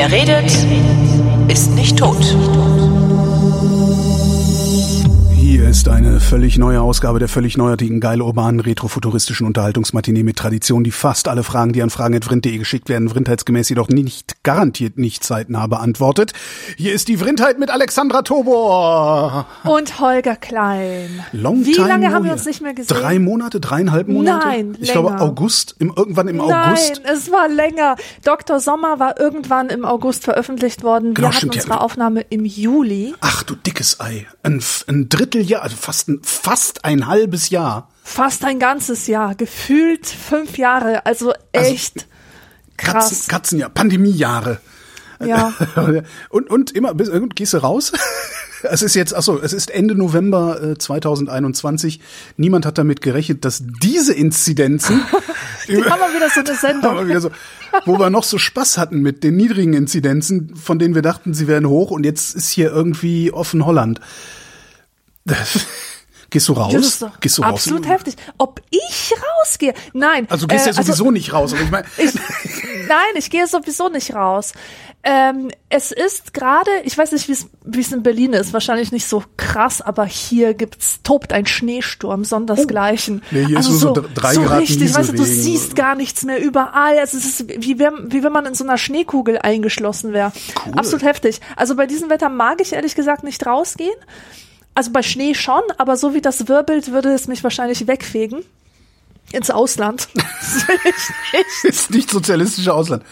Wer redet, ist nicht tot. Hier ist eine völlig neue Ausgabe der völlig neuartigen, geil urbanen, retrofuturistischen Unterhaltungsmatinee mit Tradition, die fast alle Fragen, die an fragen@vrind.de geschickt werden, vrindheitsgemäß jedoch garantiert nicht zeitnah beantwortet. Hier ist die Vrindheit mit Alexandra Tobor. Und Holger Klein. Wie lange haben wir uns nicht mehr gesehen? 3 Monate, 3,5 Monate? Nein, ich glaube August, irgendwann im August. Nein, es war länger. Dr. Sommer war irgendwann im August veröffentlicht worden. Genau, wir hatten unsere Aufnahme im Juli. Ach du dickes Ei. Ein Dritteljahr, also fast ein halbes Jahr. Fast ein ganzes Jahr. Gefühlt 5 Jahre. Also echt krass. Katzenjahr, Pandemiejahre. Ja. Und immer, gehst du raus? Es ist Ende November 2021. Niemand hat damit gerechnet, dass diese Inzidenzen haben wir wieder so eine Sendung. Wo wir noch so Spaß hatten mit den niedrigen Inzidenzen, von denen wir dachten, sie wären hoch, und jetzt ist hier irgendwie offen Holland. Gehst du raus? Das ist doch Gehst du absolut raus? heftig. Ob ich rausgehe? Nein. Also du gehst ja sowieso nicht raus. Aber ich meine, nein, ich gehe sowieso nicht raus. Es ist gerade, ich weiß nicht, wie es in Berlin ist, wahrscheinlich nicht so krass, aber hier tobt ein Schneesturm, sondersgleichen. Nee, hier also ist nur so 3 so Grad richtig, weißt du, du Nieselregen. siehst gar nichts mehr überall. Also es ist wie wenn man in so einer Schneekugel eingeschlossen wäre. Cool. Absolut heftig. Also bei diesem Wetter mag ich ehrlich gesagt nicht rausgehen. Also bei Schnee schon, aber so wie das wirbelt, würde es mich wahrscheinlich wegfegen. Ins Ausland. Das will ich nicht. ist nicht sozialistische Ausland.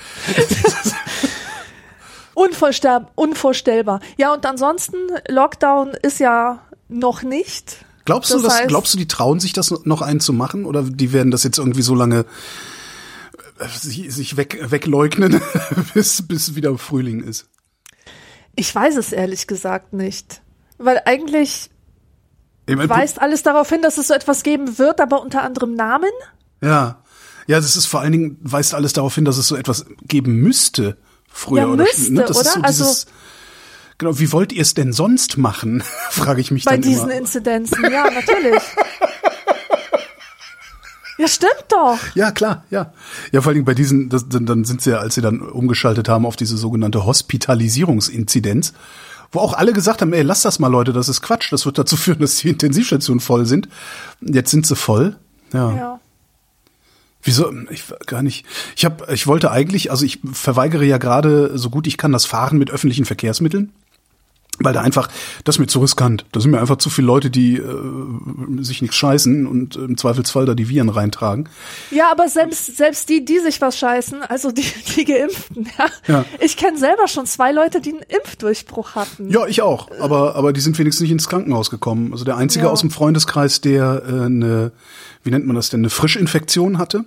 Unvorstellbar. Ja, und ansonsten, Lockdown ist ja noch nicht. Glaubst du, die trauen sich das noch einzumachen? Oder die werden das jetzt irgendwie so lange sich wegleugnen, bis wieder Frühling ist? Ich weiß es ehrlich gesagt nicht. Weil eigentlich weist alles darauf hin, dass es so etwas geben wird, aber unter anderem Namen. Ja, das ist vor allen Dingen, weist alles darauf hin, dass es so etwas geben müsste. Früher ja, oder müsste, ne? Das oder? Ist so dieses, genau, wie wollt ihr es denn sonst machen? Frage ich mich dann immer. Bei diesen Inzidenzen, ja, natürlich. Ja, stimmt doch. Ja, klar, ja. Ja, vor allen Dingen bei diesen, dann sind sie ja, als sie dann umgeschaltet haben auf diese sogenannte Hospitalisierungsinzidenz, wo auch alle gesagt haben, ey, lass das mal, Leute, das ist Quatsch, das wird dazu führen, dass die Intensivstationen voll sind. Jetzt sind sie voll. Ja. Wieso? Ich wollte eigentlich, also ich verweigere ja gerade so gut ich kann das Fahren mit öffentlichen Verkehrsmitteln, weil da einfach, das ist mir zu riskant. Da sind mir einfach zu viele Leute, die sich nichts scheißen und im Zweifelsfall da die Viren reintragen. Ja, aber selbst die sich was scheißen, also die Geimpften, ja. Ich kenne selber schon 2 Leute, die einen Impfdurchbruch hatten. Ja, ich auch. Aber die sind wenigstens nicht ins Krankenhaus gekommen. Also der Einzige aus dem Freundeskreis, der wie nennt man das denn, eine Frischinfektion hatte,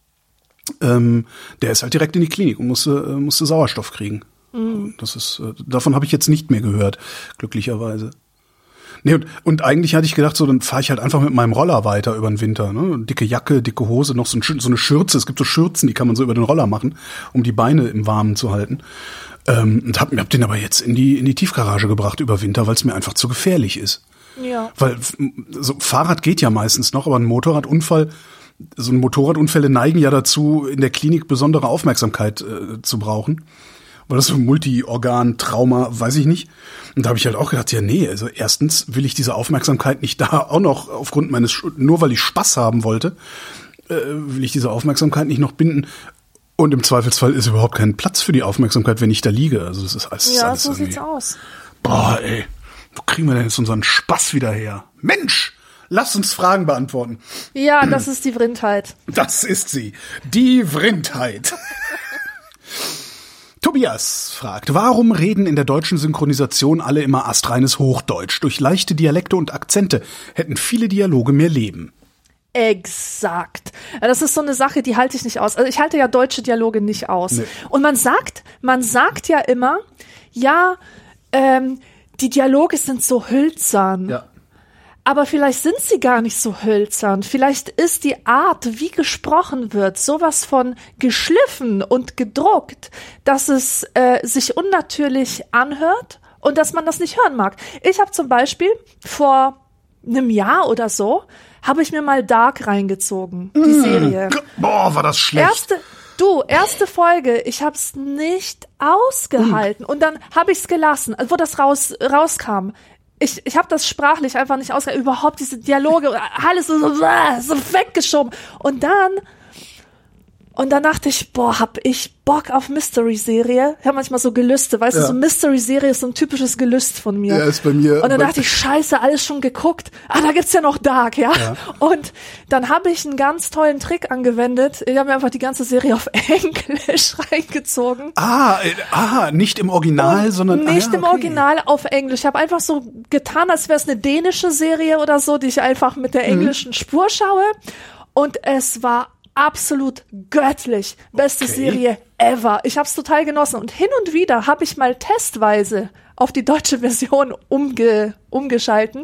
der ist halt direkt in die Klinik und musste Sauerstoff kriegen. Das ist, davon habe ich jetzt nicht mehr gehört, glücklicherweise. Nee, und eigentlich hatte ich gedacht, so, dann fahre ich halt einfach mit meinem Roller weiter über den Winter, ne? Dicke Jacke, dicke Hose, noch so eine Schürze. Es gibt so Schürzen, die kann man so über den Roller machen, um die Beine im Warmen zu halten. Und hab den aber jetzt in die Tiefgarage gebracht über Winter, weil es mir einfach zu gefährlich ist. Ja. Weil so Fahrrad geht ja meistens noch, aber so Motorradunfälle neigen ja dazu, in der Klinik besondere Aufmerksamkeit zu brauchen. Weil das so ein Multiorgan-Trauma, weiß ich nicht. Und da habe ich halt auch gedacht, ja nee, also erstens will ich diese Aufmerksamkeit nicht da auch noch aufgrund nur weil ich Spaß haben wollte, will ich diese Aufmerksamkeit nicht noch binden. Und im Zweifelsfall ist überhaupt kein Platz für die Aufmerksamkeit, wenn ich da liege. Also das ist alles, ja, alles so irgendwie, sieht's aus. Boah, ey, wo kriegen wir denn jetzt unseren Spaß wieder her? Mensch! Lasst uns Fragen beantworten. Ja, das ist die Vrindheit. Das ist sie. Die Vrindheit. Tobias fragt, warum reden in der deutschen Synchronisation alle immer astreines Hochdeutsch? Durch leichte Dialekte und Akzente hätten viele Dialoge mehr Leben. Exakt. Das ist so eine Sache, die halte ich nicht aus. Also ich halte ja deutsche Dialoge nicht aus. Nee. Und man sagt ja immer, ja, die Dialoge sind so hölzern. Ja. Aber vielleicht sind sie gar nicht so hölzern. Vielleicht ist die Art, wie gesprochen wird, sowas von geschliffen und gedruckt, dass es sich unnatürlich anhört und dass man das nicht hören mag. Ich habe zum Beispiel vor einem Jahr oder so, habe ich mir mal Dark reingezogen, die Serie. Boah, war das schlecht. Du, erste Folge, ich hab's nicht ausgehalten. Und dann habe ich's gelassen, wo das rauskam. Ich habe das sprachlich einfach nicht ausgehalten. Überhaupt diese Dialoge, alles so weggeschoben. Und dann dachte ich, hab ich Bock auf Mystery-Serie. Ich habe manchmal so Gelüste, weißt du, so Mystery-Serie ist so ein typisches Gelüst von mir. Ja, ist bei mir. Und dann dachte ich, scheiße, alles schon geguckt. Da gibt's ja noch Dark, ja. Und dann habe ich einen ganz tollen Trick angewendet. Ich habe mir einfach die ganze Serie auf Englisch reingezogen. Nicht im Original, sondern nicht im Original auf Englisch. Ich habe einfach so getan, als wäre es eine dänische Serie oder so, die ich einfach mit der englischen Spur schaue. Und es war absolut göttlich. Beste Serie ever. Ich habe es total genossen. Und hin und wieder habe ich mal testweise auf die deutsche Version umgeschalten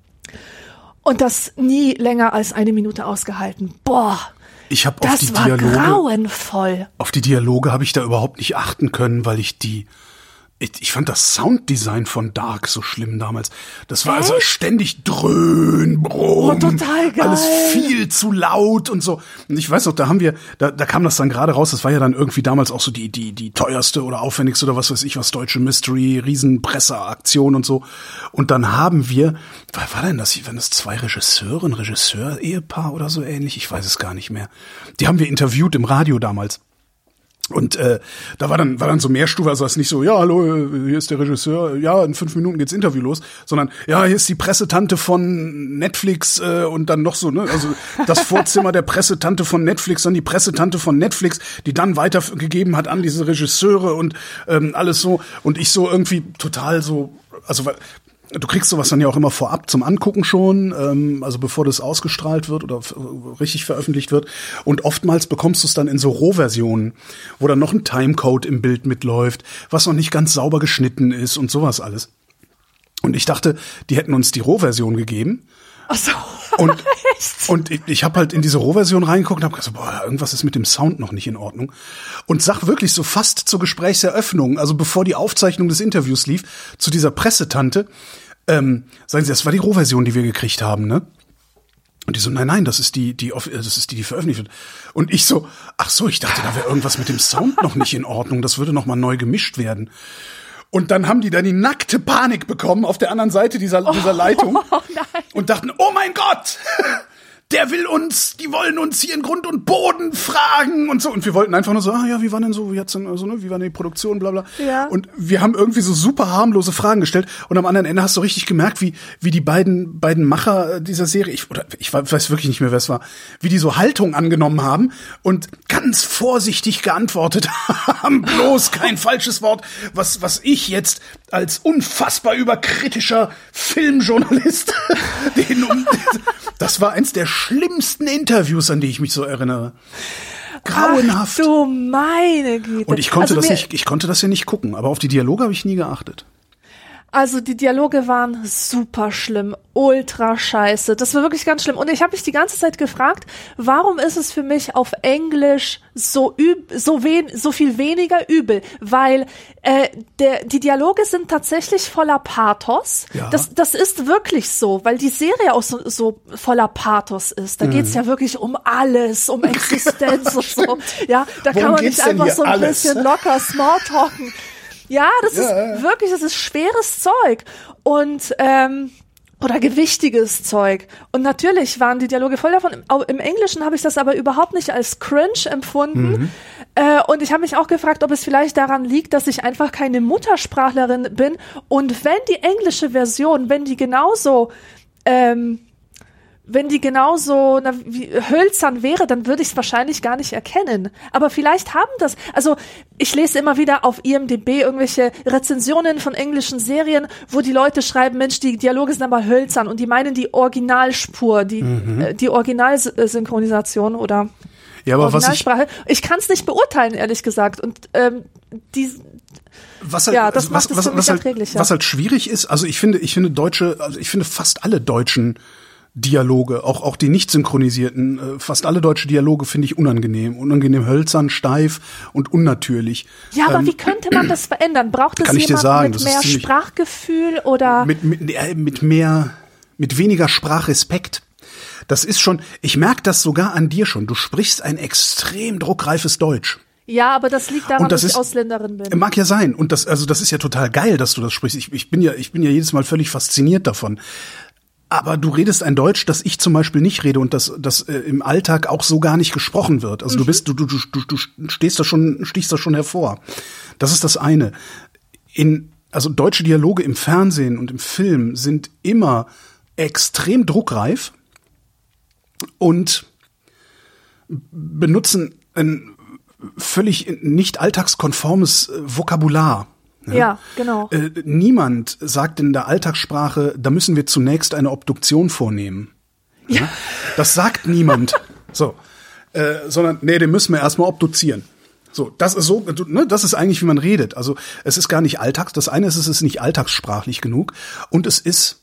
und das nie länger als 1 Minute ausgehalten. Ich habe auf die Dialoge, grauenvoll. Auf die Dialoge habe ich da überhaupt nicht achten können, weil ich fand das Sounddesign von Dark so schlimm damals. Das war also ständig Dröhn, Brumm, total geil. Alles viel zu laut und so. Und ich weiß noch, da kam das dann gerade raus, das war ja dann irgendwie damals auch so die teuerste oder aufwendigste oder was weiß ich was, deutsche Mystery, Riesenpresseaktion und so. Und dann haben wir, was war denn das? Waren das 2 Regisseure, ein Regisseur-Ehepaar oder so ähnlich? Ich weiß es gar nicht mehr. Die haben wir interviewt im Radio damals. Und da war dann so Mehrstufe, also es ist nicht so, ja, hallo, hier ist der Regisseur, ja, in 5 Minuten geht's Interview los, sondern ja, hier ist die Pressetante von Netflix und dann noch so, ne, also das Vorzimmer der Pressetante von Netflix, dann die Pressetante von Netflix, die dann weitergegeben hat an diese Regisseure und alles so. Und ich so irgendwie total so, also du kriegst sowas dann ja auch immer vorab zum Angucken schon, also bevor das ausgestrahlt wird oder richtig veröffentlicht wird. Und oftmals bekommst du es dann in so Rohversionen, wo dann noch ein Timecode im Bild mitläuft, was noch nicht ganz sauber geschnitten ist und sowas alles. Und ich dachte, die hätten uns die Rohversion gegeben. Ach so. Und ich habe halt in diese Rohversion reingeguckt und habe gesagt, irgendwas ist mit dem Sound noch nicht in Ordnung. Und sag wirklich so fast zur Gesprächseröffnung, also bevor die Aufzeichnung des Interviews lief, zu dieser Pressetante, sagen Sie, das war die Rohversion, die wir gekriegt haben, ne? Und die so, nein, das ist die veröffentlicht wird. Und ich so, ach so, ich dachte, da wäre irgendwas mit dem Sound noch nicht in Ordnung, das würde noch mal neu gemischt werden. Und dann haben die dann die nackte Panik bekommen auf der anderen Seite dieser Leitung und dachten, oh mein Gott, die wollen uns hier in Grund und Boden fragen und so. Und wir wollten einfach nur so, wie war denn so, wie war denn die Produktion, bla bla. Ja. Und wir haben irgendwie so super harmlose Fragen gestellt und am anderen Ende hast du richtig gemerkt, wie die beiden Macher dieser Serie, ich weiß wirklich nicht mehr, wer es war, wie die so Haltung angenommen haben und ganz vorsichtig geantwortet haben, bloß kein falsches Wort, was ich jetzt als unfassbar überkritischer Filmjournalist das war eins der schlimmsten Interviews, an die ich mich so erinnere. Grauenhaft. Ach du meine Güte. Und ich konnte das ja nicht gucken, aber auf die Dialoge habe ich nie geachtet. Also die Dialoge waren super schlimm, ultra scheiße. Das war wirklich ganz schlimm. Und ich habe mich die ganze Zeit gefragt, warum ist es für mich auf Englisch so viel weniger übel? Weil die Dialoge sind tatsächlich voller Pathos. Ja. Das ist wirklich so, weil die Serie auch so voller Pathos ist. Da geht's ja wirklich um alles, um Existenz und so. Ja, da kann man nicht einfach so ein bisschen locker Smalltalken. Ja, das ist schweres Zeug und oder gewichtiges Zeug. Und natürlich waren die Dialoge voll davon. Im Englischen habe ich das aber überhaupt nicht als cringe empfunden. Und ich habe mich auch gefragt, ob es vielleicht daran liegt, dass ich einfach keine Muttersprachlerin bin. Und wenn die englische Version, wenn die genauso wie hölzern wäre, dann würde ich es wahrscheinlich gar nicht erkennen. Aber vielleicht haben das, also ich lese immer wieder auf IMDb irgendwelche Rezensionen von englischen Serien, wo die Leute schreiben, Mensch, die Dialoge sind aber hölzern und die meinen die Originalspur, die Originalsynchronisation oder Originalsprache. Ich kann es nicht beurteilen, ehrlich gesagt. Und das macht es für mich erträglicher. Was halt schwierig ist, also ich finde fast alle deutschen Dialoge, auch die nicht synchronisierten, fast alle deutsche Dialoge finde ich unangenehm hölzern, steif und unnatürlich. Ja, aber wie könnte man das verändern? Braucht es jemanden mit mehr Sprachgefühl oder mit weniger Sprachrespekt? das ist schon, ich merke das sogar an dir schon. Du sprichst ein extrem druckreifes Deutsch. Ja, aber das liegt daran, Und das dass ich ist- Ausländerin bin. Mag ja sein. Und das ist ja total geil, dass du das sprichst. Ich bin ja jedes Mal völlig fasziniert davon. Aber du redest ein Deutsch, das ich zum Beispiel nicht rede und das im Alltag auch so gar nicht gesprochen wird. Also du stichst da schon hervor. Das ist das eine. Also deutsche Dialoge im Fernsehen und im Film sind immer extrem druckreif und benutzen ein völlig nicht alltagskonformes Vokabular. Ja, genau. Niemand sagt in der Alltagssprache, da müssen wir zunächst eine Obduktion vornehmen. Ja. Das sagt niemand. So. Sondern, nee, den müssen wir erstmal obduzieren. So, das ist so, ne, das ist eigentlich, wie man redet. Also, es ist gar nicht das eine ist, es ist nicht alltagssprachlich genug und es ist,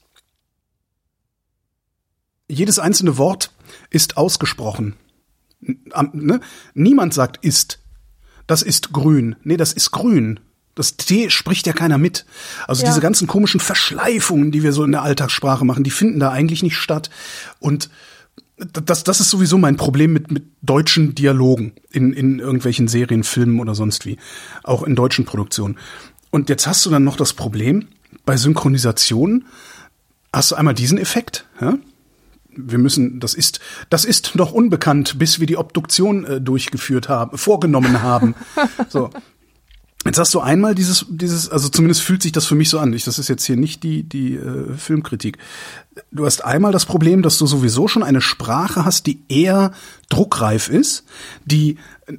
jedes einzelne Wort ist ausgesprochen. Ne? Niemand sagt ist. Das ist grün. Nee, das ist grün. Das T spricht ja keiner mit. Also diese ganzen komischen Verschleifungen, die wir so in der Alltagssprache machen, die finden da eigentlich nicht statt. Und das ist sowieso mein Problem mit deutschen Dialogen in irgendwelchen Serien, Filmen oder sonst wie. Auch in deutschen Produktionen. Und jetzt hast du dann noch das Problem, bei Synchronisation hast du einmal diesen Effekt, ja? Das ist noch unbekannt, bis wir die Obduktion vorgenommen haben. So. Jetzt hast du einmal dieses, also zumindest fühlt sich das für mich so an. Das ist jetzt hier nicht die Filmkritik. Du hast einmal das Problem, dass du sowieso schon eine Sprache hast, die eher druckreif ist, die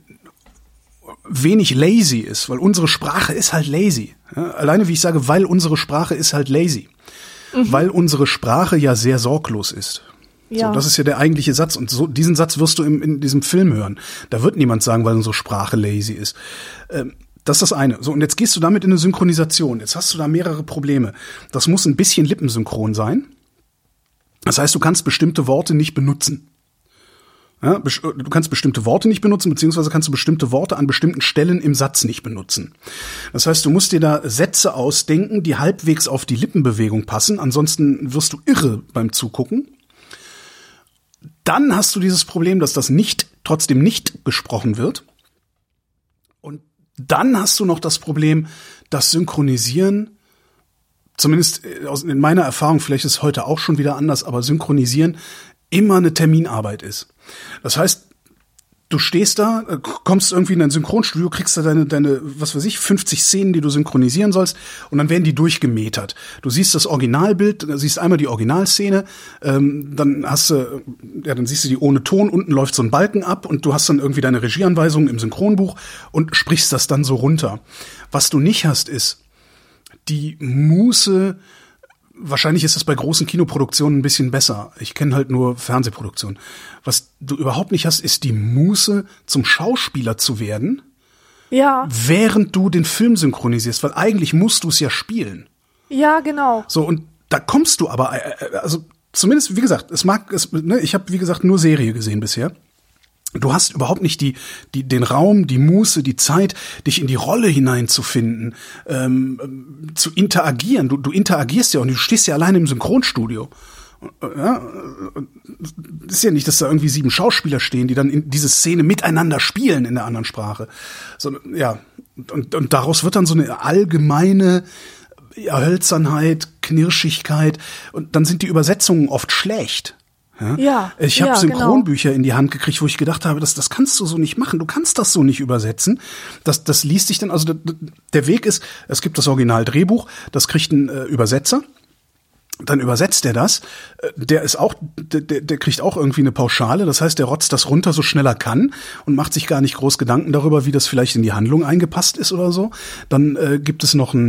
wenig lazy ist, weil unsere Sprache ist halt lazy. Ja, alleine wie ich sage, weil unsere Sprache ist halt lazy. Weil unsere Sprache ja sehr sorglos ist. Ja. So, das ist ja der eigentliche Satz. Und so diesen Satz wirst du in diesem Film hören. Da wird niemand sagen, weil unsere Sprache lazy ist. Das ist das eine. So, und jetzt gehst du damit in eine Synchronisation. Jetzt hast du da mehrere Probleme. Das muss ein bisschen lippensynchron sein. Das heißt, du kannst bestimmte Worte nicht benutzen. Ja, du kannst bestimmte Worte nicht benutzen, beziehungsweise kannst du bestimmte Worte an bestimmten Stellen im Satz nicht benutzen. Das heißt, du musst dir da Sätze ausdenken, die halbwegs auf die Lippenbewegung passen. Ansonsten wirst du irre beim Zugucken. Dann hast du dieses Problem, dass das trotzdem nicht gesprochen wird. Und dann hast du noch das Problem, dass Synchronisieren, zumindest in meiner Erfahrung, vielleicht ist es heute auch schon wieder anders, aber Synchronisieren immer eine Terminarbeit ist. Das heißt, du stehst da, kommst irgendwie in ein Synchronstudio, kriegst da deine, was weiß ich, 50 Szenen, die du synchronisieren sollst, und dann werden die durchgemetert. Du siehst das Originalbild, siehst einmal die Originalszene, dann siehst du die ohne Ton, unten läuft so ein Balken ab und du hast dann irgendwie deine Regieanweisungen im Synchronbuch und sprichst das dann so runter. Was du nicht hast, ist die Muße. Wahrscheinlich ist das bei großen Kinoproduktionen ein bisschen besser. Ich kenne halt nur Fernsehproduktionen. Was du überhaupt nicht hast, ist die Muße, zum Schauspieler zu werden, während du den Film synchronisierst, weil eigentlich musst du es ja spielen. Ja, genau. So, und da kommst du aber, also zumindest, wie gesagt, ich habe, wie gesagt, nur Serie gesehen bisher. Du hast überhaupt nicht den Raum, die Muße, die Zeit, dich in die Rolle hineinzufinden, zu interagieren. Du interagierst ja und du stehst ja alleine im Synchronstudio. Ja, ist ja nicht, dass da irgendwie 7 Schauspieler stehen, die dann in diese Szene miteinander spielen in der anderen Sprache. Sondern, ja, und daraus wird dann so eine allgemeine Hölzernheit, Knirschigkeit, und dann sind die Übersetzungen oft schlecht. Ja, ich habe Synchronbücher in die Hand gekriegt, wo ich gedacht habe, das kannst du so nicht machen. Du kannst das so nicht übersetzen. Das liest sich dann, also der Weg ist, es gibt das Originaldrehbuch, das kriegt ein Übersetzer. Dann übersetzt er das. Der kriegt auch irgendwie eine Pauschale. Das heißt, der rotzt das runter, so schnell er kann, und macht sich gar nicht groß Gedanken darüber, wie das vielleicht in die Handlung eingepasst ist oder so. Dann gibt es noch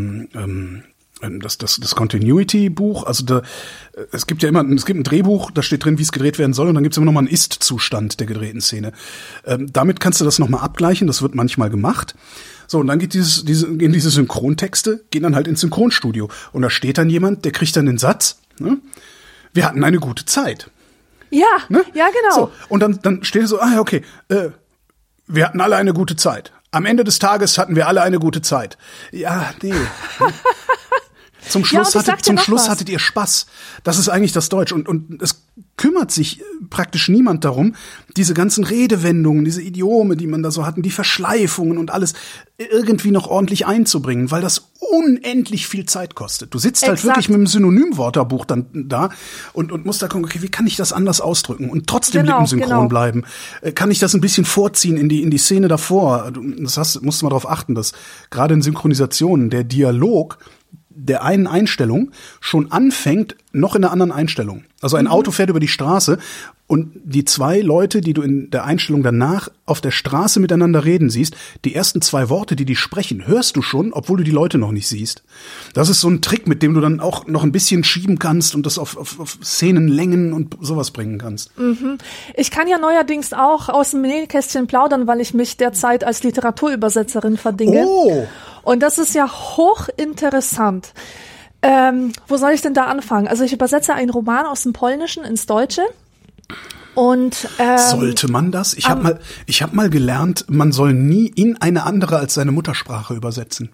das Continuity-Buch, also es gibt ein Drehbuch, da steht drin, wie es gedreht werden soll, und dann gibt es immer noch mal einen Ist-Zustand der gedrehten Szene. Damit kannst du das noch mal abgleichen, das wird manchmal gemacht. So, und dann geht gehen diese Synchrontexte, gehen dann halt ins Synchronstudio, und da steht dann jemand, der kriegt dann den Satz, ne? Wir hatten eine gute Zeit. Ja, ne? Ja, genau. So, und dann steht so, okay, wir hatten alle eine gute Zeit. Am Ende des Tages hatten wir alle eine gute Zeit. Ja, nee. Zum Schluss hattet ihr Spaß. Das ist eigentlich das Deutsch. Und es kümmert sich praktisch niemand darum, diese ganzen Redewendungen, diese Idiome, die man da so hatten, die Verschleifungen und alles irgendwie noch ordentlich einzubringen, weil das unendlich viel Zeit kostet. Du sitzt halt wirklich mit einem Synonymwörterbuch dann da und musst da gucken, okay, wie kann ich das anders ausdrücken und trotzdem lippensynchron bleiben? Kann ich das ein bisschen vorziehen in die Szene davor? Musst du mal darauf achten, dass gerade in Synchronisationen der Dialog der einen Einstellung schon anfängt, noch in einer anderen Einstellung. Also ein Auto fährt über die Straße und die zwei Leute, die du in der Einstellung danach auf der Straße miteinander reden siehst, die ersten zwei Worte, die sprechen, hörst du schon, obwohl du die Leute noch nicht siehst. Das ist so ein Trick, mit dem du dann auch noch ein bisschen schieben kannst und das auf Szenenlängen und sowas bringen kannst. Ich kann ja neuerdings auch aus dem Nähkästchen plaudern, weil ich mich derzeit als Literaturübersetzerin verdinge. Oh. Und das ist ja hochinteressant. Wo soll ich denn da anfangen? Also ich übersetze einen Roman aus dem Polnischen ins Deutsche. Und sollte man das? Ich hab mal gelernt, man soll nie in eine andere als seine Muttersprache übersetzen.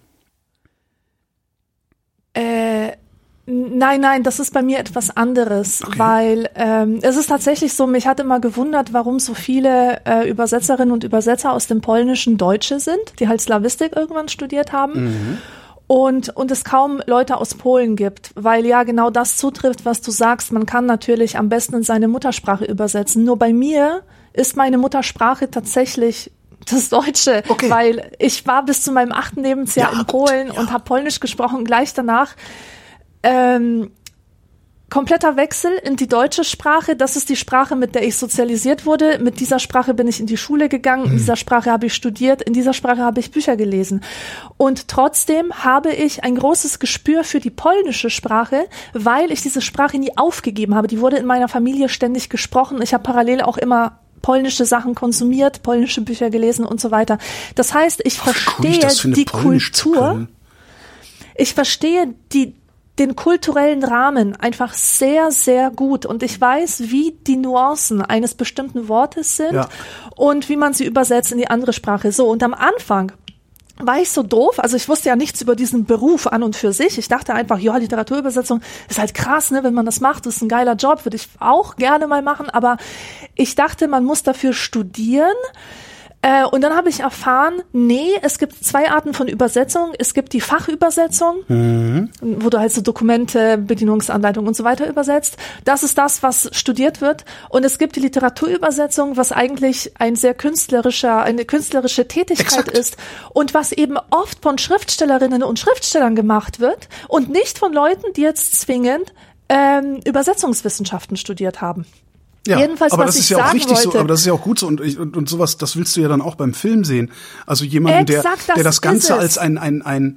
Nein, das ist bei mir etwas anderes, weil es ist tatsächlich so, mich hat immer gewundert, warum so viele Übersetzerinnen und Übersetzer aus dem Polnischen Deutsche sind, die halt Slawistik irgendwann studiert haben. Und es kaum Leute aus Polen gibt, weil ja genau das zutrifft, was du sagst. Man kann natürlich am besten in seine Muttersprache übersetzen. Nur bei mir ist meine Muttersprache tatsächlich das Deutsche, weil ich war bis zu meinem 8. Lebensjahr in Polen und habe Polnisch gesprochen. Gleich danach kompletter Wechsel in die deutsche Sprache. Das ist die Sprache, mit der ich sozialisiert wurde. Mit dieser Sprache bin ich in die Schule gegangen. In dieser Sprache habe ich studiert. In dieser Sprache habe ich Bücher gelesen. Und trotzdem habe ich ein großes Gespür für die polnische Sprache, weil ich diese Sprache nie aufgegeben habe. Die wurde in meiner Familie ständig gesprochen. Ich habe parallel auch immer polnische Sachen konsumiert, polnische Bücher gelesen und so weiter. Das heißt, ich verstehe die Kultur. Ich verstehe den kulturellen Rahmen einfach sehr, sehr gut. Und ich weiß, wie die Nuancen eines bestimmten Wortes sind und wie man sie übersetzt in die andere Sprache. So, und am Anfang war ich so doof, also ich wusste ja nichts über diesen Beruf an und für sich. Ich dachte einfach, ja, Literaturübersetzung ist halt krass, ne, wenn man das macht, das ist ein geiler Job, würde ich auch gerne mal machen. Aber ich dachte, man muss dafür studieren. Und dann habe ich erfahren, nee, es gibt 2 Arten von Übersetzung. Es gibt die Fachübersetzung, wo du halt so Dokumente, Bedienungsanleitungen und so weiter übersetzt. Das ist das, was studiert wird. Und es gibt die Literaturübersetzung, was eigentlich eine künstlerische Tätigkeit ist und was eben oft von Schriftstellerinnen und Schriftstellern gemacht wird und nicht von Leuten, die jetzt zwingend Übersetzungswissenschaften studiert haben. Ja, jedenfalls, aber was das ist ich ja auch sagen richtig wollte. so, aber das ist ja auch gut so und sowas, das willst du ja dann auch beim Film sehen. Also jemanden, der das Ganze als ein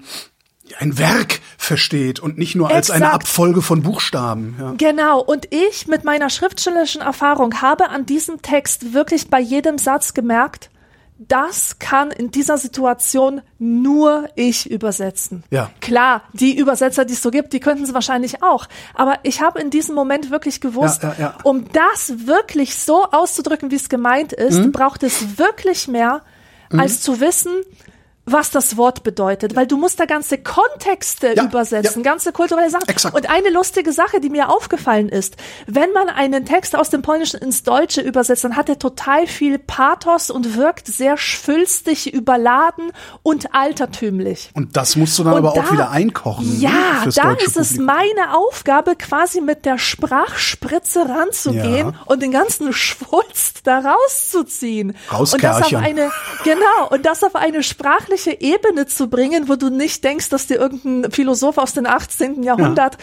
Werk versteht und nicht nur als eine Abfolge von Buchstaben. Ja. Genau, und ich mit meiner schriftstellerischen Erfahrung habe an diesem Text wirklich bei jedem Satz gemerkt, das kann in dieser Situation nur ich übersetzen. Ja. Klar, die Übersetzer, die es so gibt, die könnten es wahrscheinlich auch. Aber ich habe in diesem Moment wirklich gewusst, um das wirklich so auszudrücken, wie es gemeint ist, braucht es wirklich mehr, als zu wissen, was das Wort bedeutet, weil du musst da ganze Kontexte übersetzen, ganze kulturelle Sachen. Exakt. Und eine lustige Sache, die mir aufgefallen ist, wenn man einen Text aus dem Polnischen ins Deutsche übersetzt, dann hat er total viel Pathos und wirkt sehr schwülstig, überladen und altertümlich. Und das musst du dann aber auch wieder einkochen. Ja, da ist es meine Aufgabe, quasi mit der Sprachspritze ranzugehen und den ganzen Schwulst da rauszuziehen. Rauskerchern. Und das auf eine sprachliche Ebene zu bringen, wo du nicht denkst, dass dir irgendein Philosoph aus dem 18. Jahrhundert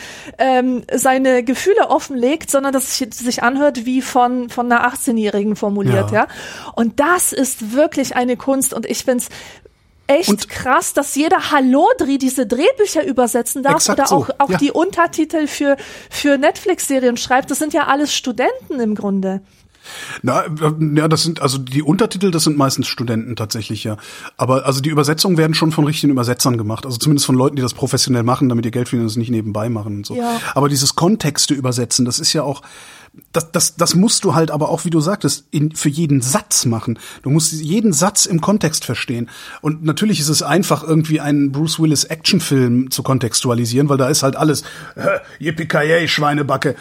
seine Gefühle offenlegt, sondern dass es sich anhört wie von einer 18-Jährigen formuliert. Ja. Und das ist wirklich eine Kunst und ich find's echt krass, dass jeder Hallodri diese Drehbücher übersetzen darf oder auch die Untertitel für Netflix-Serien schreibt. Das sind ja alles Studenten im Grunde. Ja, das sind, also die Untertitel, das sind meistens Studenten tatsächlich, ja. Aber also die Übersetzungen werden schon von richtigen Übersetzern gemacht. Also zumindest von Leuten, die das professionell machen, damit ihr Geld verdienen und das nicht nebenbei machen und so. Ja. Aber dieses Kontexte übersetzen, das ist ja auch, das musst du halt aber auch, wie du sagtest, für jeden Satz machen. Du musst jeden Satz im Kontext verstehen. Und natürlich ist es einfach, irgendwie einen Bruce Willis Actionfilm zu kontextualisieren, weil da ist halt alles, yippie-ki-yay, Schweinebacke.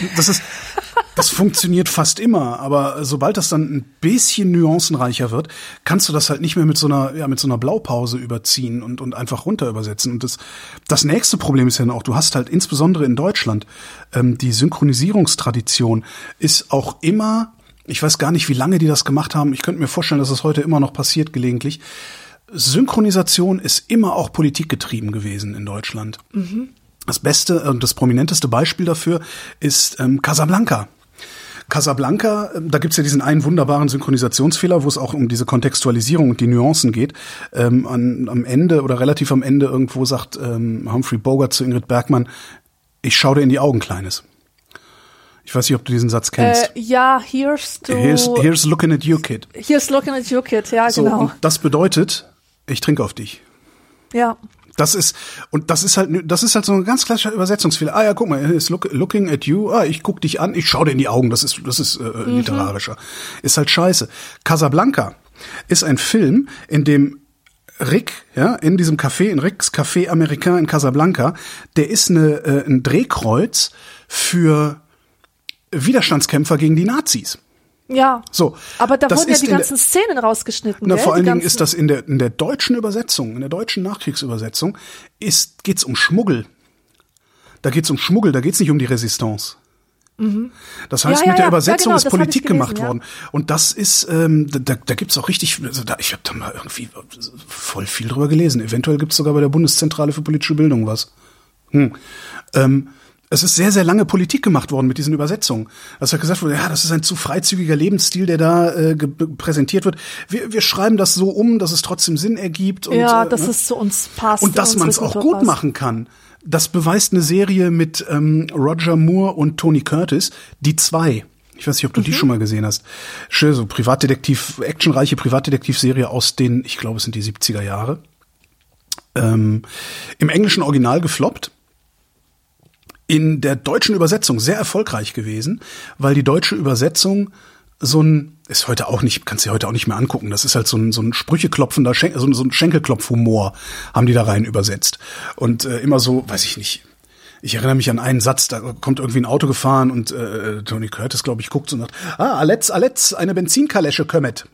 Das funktioniert fast immer, aber sobald das dann ein bisschen nuancenreicher wird, kannst du das halt nicht mehr mit so einer Blaupause überziehen und einfach runter übersetzen. Und das nächste Problem ist ja auch, du hast halt insbesondere in Deutschland, die Synchronisierungstradition ist auch immer, ich weiß gar nicht, wie lange die das gemacht haben, ich könnte mir vorstellen, dass das heute immer noch passiert gelegentlich. Synchronisation ist immer auch politikgetrieben gewesen in Deutschland. Mhm. Das beste und das prominenteste Beispiel dafür ist Casablanca. Casablanca, da gibt's ja diesen einen wunderbaren Synchronisationsfehler, wo es auch um diese Kontextualisierung und die Nuancen geht. Am Ende oder relativ am Ende irgendwo sagt Humphrey Bogart zu Ingrid Bergman, ich schau dir in die Augen, Kleines. Ich weiß nicht, ob du diesen Satz kennst. Ja, here's looking at you, kid. Here's looking at you, kid, ja, so, genau. Und das bedeutet, ich trinke auf dich. Ja. Das ist halt so ein ganz klassischer Übersetzungsfehler. Ah ja, guck mal, he's looking at you. Ah, ich guck dich an, ich schau dir in die Augen. Das ist literarischer. Ist halt scheiße. Casablanca ist ein Film, in dem Rick, ja, in diesem Café, in Ricks Café Américain in Casablanca, der ist ein Drehkreuz für Widerstandskämpfer gegen die Nazis. Ja, so, aber da wurden ja die ganzen Szenen rausgeschnitten. Na, vor allen Dingen ist das in der deutschen Übersetzung, in der deutschen Nachkriegsübersetzung, geht's um Schmuggel. Da geht's um Schmuggel, da geht's nicht um die Resistance. Mhm. Das heißt, mit der Übersetzung ist Politik gemacht worden. Und das ist, da gibt's auch richtig, ich habe da mal irgendwie voll viel drüber gelesen. Eventuell gibt's sogar bei der Bundeszentrale für politische Bildung was. Es ist sehr, sehr lange Politik gemacht worden mit diesen Übersetzungen. Das hat gesagt wurde, ja, das ist ein zu freizügiger Lebensstil, der da präsentiert wird. Wir schreiben das so um, dass es trotzdem Sinn ergibt. Und, dass es zu uns passt. Und dass man es auch gut machen kann. Das beweist eine Serie mit Roger Moore und Tony Curtis, Die Zwei. Ich weiß nicht, ob du die schon mal gesehen hast. Schön, so actionreiche Privatdetektivserie aus den, ich glaube, es sind die 70er Jahre. Im englischen Original gefloppt. In der deutschen Übersetzung sehr erfolgreich gewesen, weil die deutsche Übersetzung ist heute auch nicht, kannst du dir heute auch nicht mehr angucken. Das ist halt so ein sprücheklopfender, so ein Schenkelklopfhumor haben die da rein übersetzt. Und immer so, weiß ich nicht. Ich erinnere mich an einen Satz, da kommt irgendwie ein Auto gefahren und Tony Curtis, glaube ich, guckt so und sagt, Aletz, eine Benzinkalesche kömmet.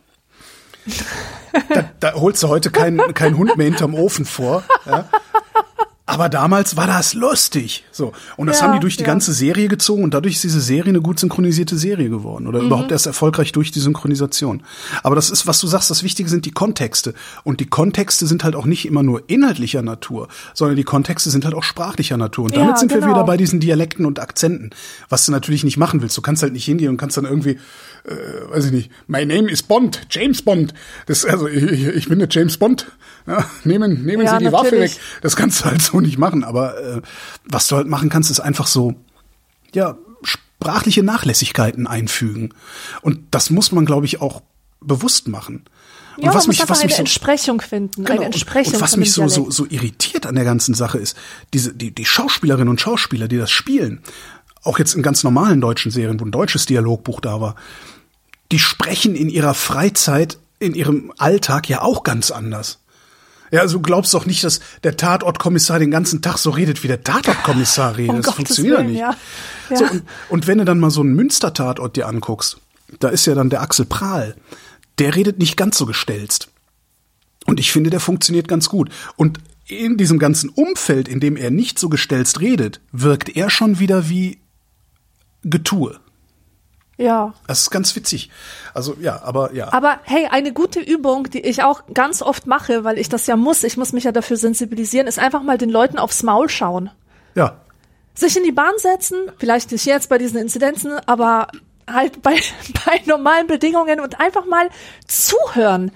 Da holst du heute keinen Hund mehr hinterm Ofen vor. Ja? Aber damals war das lustig. So. Und das haben die durch die ganze Serie gezogen und dadurch ist diese Serie eine gut synchronisierte Serie geworden. Oder überhaupt erst erfolgreich durch die Synchronisation. Aber das ist, was du sagst, das Wichtige sind die Kontexte. Und die Kontexte sind halt auch nicht immer nur inhaltlicher Natur, sondern die Kontexte sind halt auch sprachlicher Natur. Und damit sind wir wieder bei diesen Dialekten und Akzenten. Was du natürlich nicht machen willst. Du kannst halt nicht hingehen und kannst dann irgendwie, weiß ich nicht, my name is Bond, James Bond. Ich bin der James Bond. Ja, nehmen Sie die Waffe weg. Das kannst du halt so nicht machen. Aber was du halt machen kannst, ist einfach so, ja, sprachliche Nachlässigkeiten einfügen. Und das muss man, glaube ich, auch bewusst machen. Und ja, man muss einfach eine Entsprechung finden. Genau, eine Entsprechung und was mich so irritiert an der ganzen Sache ist, die Schauspielerinnen und Schauspieler, die das spielen, auch jetzt in ganz normalen deutschen Serien, wo ein deutsches Dialogbuch da war, die sprechen in ihrer Freizeit, in ihrem Alltag ja auch ganz anders. Ja, also du glaubst doch nicht, dass der Tatortkommissar den ganzen Tag so redet, wie der Tatortkommissar redet. Das funktioniert nicht. Ja. Ja. So, und wenn du dann mal so einen Münster-Tatort dir anguckst, da ist ja dann der Axel Prahl. Der redet nicht ganz so gestelzt. Und ich finde, der funktioniert ganz gut. Und in diesem ganzen Umfeld, in dem er nicht so gestelzt redet, wirkt er schon wieder wie Getue. Ja. Das ist ganz witzig. Also, ja, aber ja. Aber hey, eine gute Übung, die ich auch ganz oft mache, weil ich das ja muss, ich muss mich ja dafür sensibilisieren, ist einfach mal den Leuten aufs Maul schauen. Ja. Sich in die Bahn setzen, vielleicht nicht jetzt bei diesen Inzidenzen, aber halt bei normalen Bedingungen und einfach mal zuhören.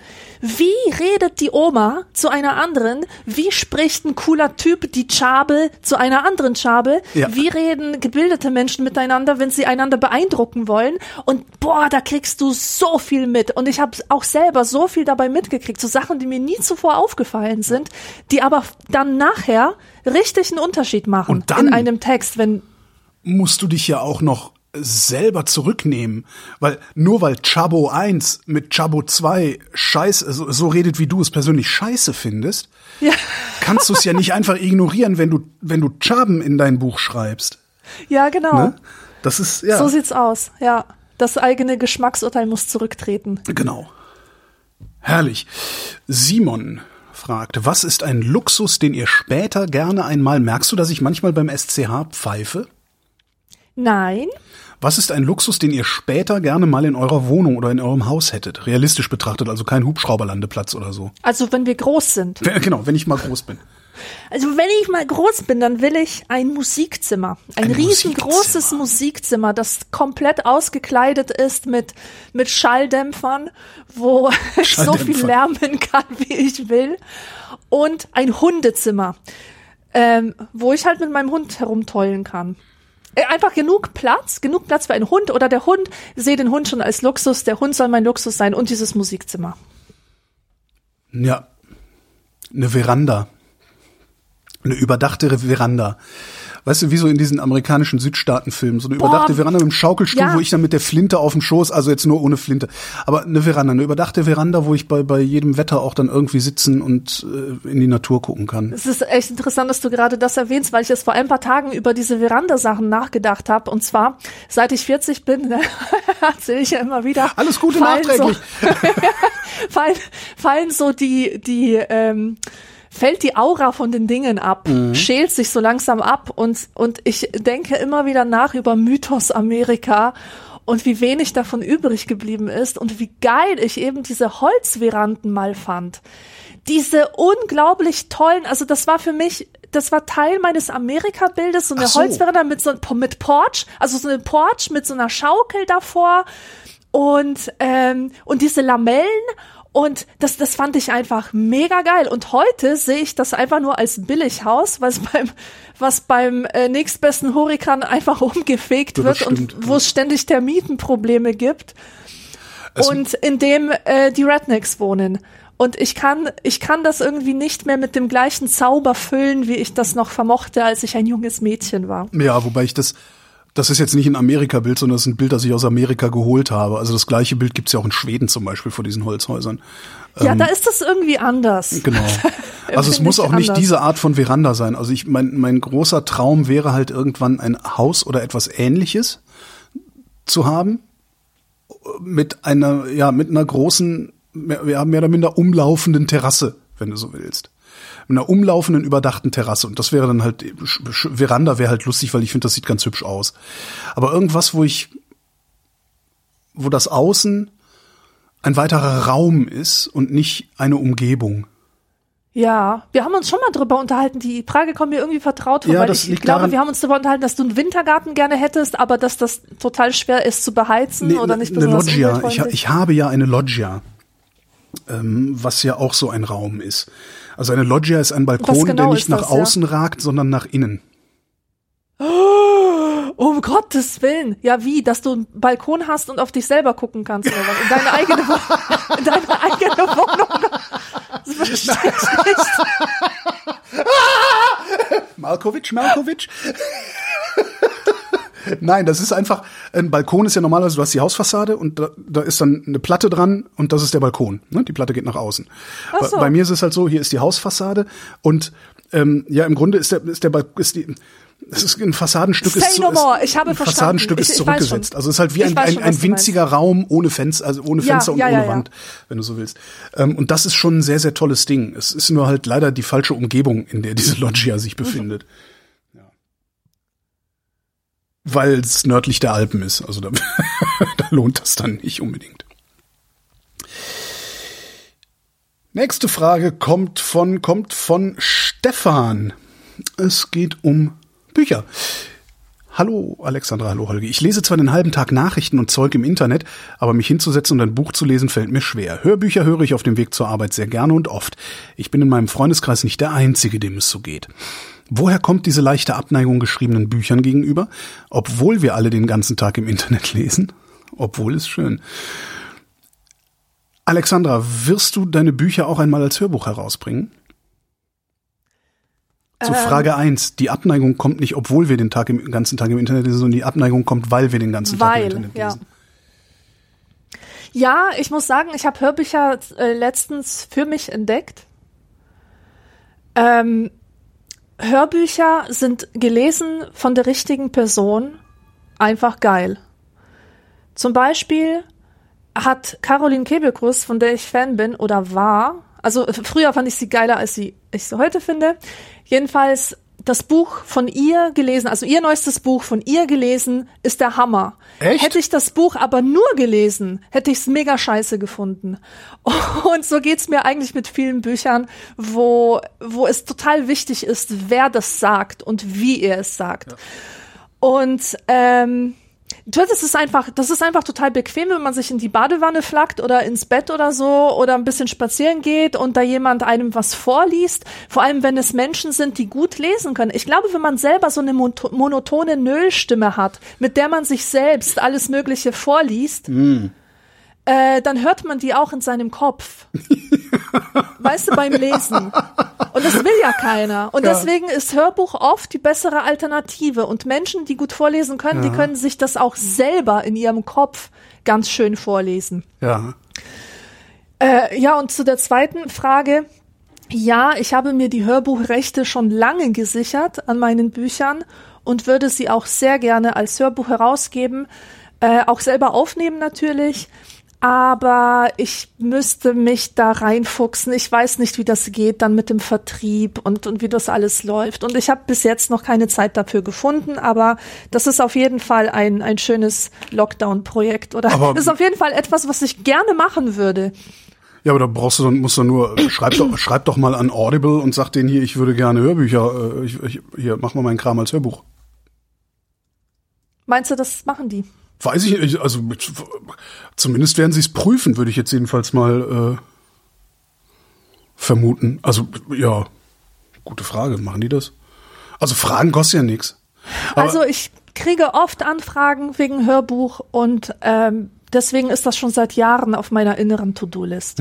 Wie redet die Oma zu einer anderen? Wie spricht ein cooler Typ, die Chabel, zu einer anderen Chabel? Ja. Wie reden gebildete Menschen miteinander, wenn sie einander beeindrucken wollen? Und boah, da kriegst du so viel mit. Und ich habe auch selber so viel dabei mitgekriegt. So Sachen, die mir nie zuvor aufgefallen sind, die aber dann nachher richtig einen Unterschied machen Und dann in einem Text, wenn musst du dich ja auch noch selber zurücknehmen, weil nur weil Chabo 1 mit Chabo 2 scheiße, so redet, wie du es persönlich scheiße findest, ja. kannst du es ja nicht einfach ignorieren, wenn du Chaben in dein Buch schreibst. Ja, genau. Ne? Das ist, ja. So sieht's aus, ja. Das eigene Geschmacksurteil muss zurücktreten. Genau. Herrlich. Simon fragt, was ist ein Luxus, den ihr später gerne einmal, merkst du, dass ich manchmal beim SCH pfeife? Nein. Was ist ein Luxus, den ihr später gerne mal in eurer Wohnung oder in eurem Haus hättet? Realistisch betrachtet, also kein Hubschrauberlandeplatz oder so. Also wenn wir groß sind. Genau, wenn ich mal groß bin. Also wenn ich mal groß bin, dann will ich ein Musikzimmer. Ein riesengroßes Musikzimmer, das komplett ausgekleidet ist mit Schalldämpfern, wo ich so viel lärmen kann, wie ich will. Und ein Hundezimmer, wo ich halt mit meinem Hund herumtollen kann. Einfach genug Platz für einen Hund oder der Hund, ich sehe den Hund schon als Luxus, der Hund soll mein Luxus sein und dieses Musikzimmer. Ja, eine Veranda. Eine überdachte Veranda. Weißt du, wie so in diesen amerikanischen Südstaatenfilmen, so eine überdachte Veranda mit einem Schaukelstuhl, ja. Wo ich dann mit der Flinte auf dem Schoß, also jetzt nur ohne Flinte, aber eine Veranda, eine überdachte Veranda, wo ich bei jedem Wetter auch dann irgendwie sitzen und in die Natur gucken kann. Es ist echt interessant, dass du gerade das erwähnst, weil ich jetzt vor ein paar Tagen über diese Veranda-Sachen nachgedacht habe. Und zwar, seit ich 40 bin, erzähle ich ja immer wieder. Alles Gute nachträglich. Fallen so fällt die Aura von den Dingen ab, schält sich so langsam ab und ich denke immer wieder nach über Mythos Amerika und wie wenig davon übrig geblieben ist und wie geil ich eben diese Holzveranden mal fand. Diese unglaublich tollen, also das war Teil meines Amerika-Bildes, so eine Holzveranda mit Porch, also so eine Porch mit so einer Schaukel davor und diese Lamellen. Und das fand ich einfach mega geil. Und heute sehe ich das einfach nur als Billighaus, was beim nächstbesten Hurrikan einfach umgefegt wird und wo es ständig Termitenprobleme gibt. Und in dem die Rednecks wohnen. Und ich kann das irgendwie nicht mehr mit dem gleichen Zauber füllen, wie ich das noch vermochte, als ich ein junges Mädchen war. Ja, wobei ich das ist jetzt nicht ein Amerika-Bild, sondern das ist ein Bild, das ich aus Amerika geholt habe. Also das gleiche Bild gibt's ja auch in Schweden zum Beispiel vor diesen Holzhäusern. Ja, da ist das irgendwie anders. Genau. Also es muss auch nicht diese Art von Veranda sein. Also mein großer Traum wäre halt irgendwann ein Haus oder etwas Ähnliches zu haben. Mit einer großen, mehr oder minder umlaufenden Terrasse, wenn du so willst. Mit einer umlaufenden, überdachten Terrasse. Und das wäre dann halt, Veranda wäre halt lustig, weil ich finde, das sieht ganz hübsch aus. Aber irgendwas, wo das Außen ein weiterer Raum ist und nicht eine Umgebung. Ja, wir haben uns schon mal drüber unterhalten. Die Frage kommt mir irgendwie vertraut vor, ja, weil ich glaube, wir haben uns darüber unterhalten, dass du einen Wintergarten gerne hättest, aber dass das total schwer ist zu beheizen oder nicht besonders umweltfreundlich. Eine Loggia. Ich habe ja eine Loggia, was ja auch so ein Raum ist. Also eine Loggia ist ein Balkon, genau, der nicht nach außen ragt, sondern nach innen. Um Gottes Willen. Ja, wie? Dass du einen Balkon hast und auf dich selber gucken kannst oder was? In deine eigene Wohnung. Das verstehe ich nicht. Malkovich. Nein, das ist einfach, ein Balkon ist ja normalerweise, du hast die Hausfassade und da ist dann eine Platte dran und das ist der Balkon. Ne? Die Platte geht nach außen. Ach so. Bei mir ist es halt so, hier ist die Hausfassade und im Grunde ist es ist ein Fassadenstück. Fassadenstück ist zurückgesetzt. Also es ist halt wie ein winziger Raum ohne Fenster, also ohne Fenster und ohne Wand, wenn du so willst. Und das ist schon ein sehr, sehr tolles Ding. Es ist nur halt leider die falsche Umgebung, in der diese Loggia sich befindet. Ja. Weil es nördlich der Alpen ist. Also da lohnt das dann nicht unbedingt. Nächste Frage kommt von Stefan. Es geht um Bücher. Hallo Alexandra, hallo Holgi. Ich lese zwar den halben Tag Nachrichten und Zeug im Internet, aber mich hinzusetzen und ein Buch zu lesen fällt mir schwer. Hörbücher höre ich auf dem Weg zur Arbeit sehr gerne und oft. Ich bin in meinem Freundeskreis nicht der Einzige, dem es so geht. Woher kommt diese leichte Abneigung geschriebenen Büchern gegenüber? Obwohl wir alle den ganzen Tag im Internet lesen? Obwohl ist schön. Alexandra, wirst du deine Bücher auch einmal als Hörbuch herausbringen? Zu Frage 1. Die Abneigung kommt nicht, obwohl wir den ganzen Tag im Internet lesen, sondern die Abneigung kommt, weil wir den ganzen Tag im Internet lesen. Ja, ich muss sagen, ich habe Hörbücher letztens für mich entdeckt. Hörbücher sind gelesen von der richtigen Person einfach geil. Zum Beispiel hat Caroline Kebekus, von der ich Fan bin oder war, also früher fand ich sie geiler, als ich sie heute finde, jedenfalls das Buch von ihr gelesen, also ihr neuestes Buch von ihr gelesen, ist der Hammer. Echt? Hätte ich das Buch aber nur gelesen, hätte ich es mega scheiße gefunden. Und so geht's mir eigentlich mit vielen Büchern, wo es total wichtig ist, wer das sagt und wie er es sagt. Ja. Und das ist einfach total bequem, wenn man sich in die Badewanne flackt oder ins Bett oder so oder ein bisschen spazieren geht und da jemand einem was vorliest. Vor allem, wenn es Menschen sind, die gut lesen können. Ich glaube, wenn man selber so eine monotone Nöllstimme hat, mit der man sich selbst alles Mögliche vorliest, dann hört man die auch in seinem Kopf. Weißt du, beim Lesen. Und das will ja keiner. Und deswegen ist Hörbuch oft die bessere Alternative. Und Menschen, die gut vorlesen können, die können sich das auch selber in ihrem Kopf ganz schön vorlesen. Ja. Ja, und zu der zweiten Frage. Ja, ich habe mir die Hörbuchrechte schon lange gesichert an meinen Büchern und würde sie auch sehr gerne als Hörbuch herausgeben. Auch selber aufnehmen natürlich. Aber ich müsste mich da reinfuchsen. Ich weiß nicht, wie das geht dann mit dem Vertrieb und wie das alles läuft. Und ich habe bis jetzt noch keine Zeit dafür gefunden. Aber das ist auf jeden Fall ein schönes Lockdown-Projekt. Oder das ist auf jeden Fall etwas, was ich gerne machen würde. Ja, aber da musst du nur, schreib doch mal an Audible und sag denen hier, ich würde gerne Hörbücher, hier, mach mal meinen Kram als Hörbuch. Meinst du, das machen die? Weiß ich nicht, also zumindest werden sie es prüfen, würde ich jetzt jedenfalls mal vermuten. Also ja, gute Frage, machen die das? Also Fragen kosten ja nichts. Also ich kriege oft Anfragen wegen Hörbuch und deswegen ist das schon seit Jahren auf meiner inneren To-Do-List.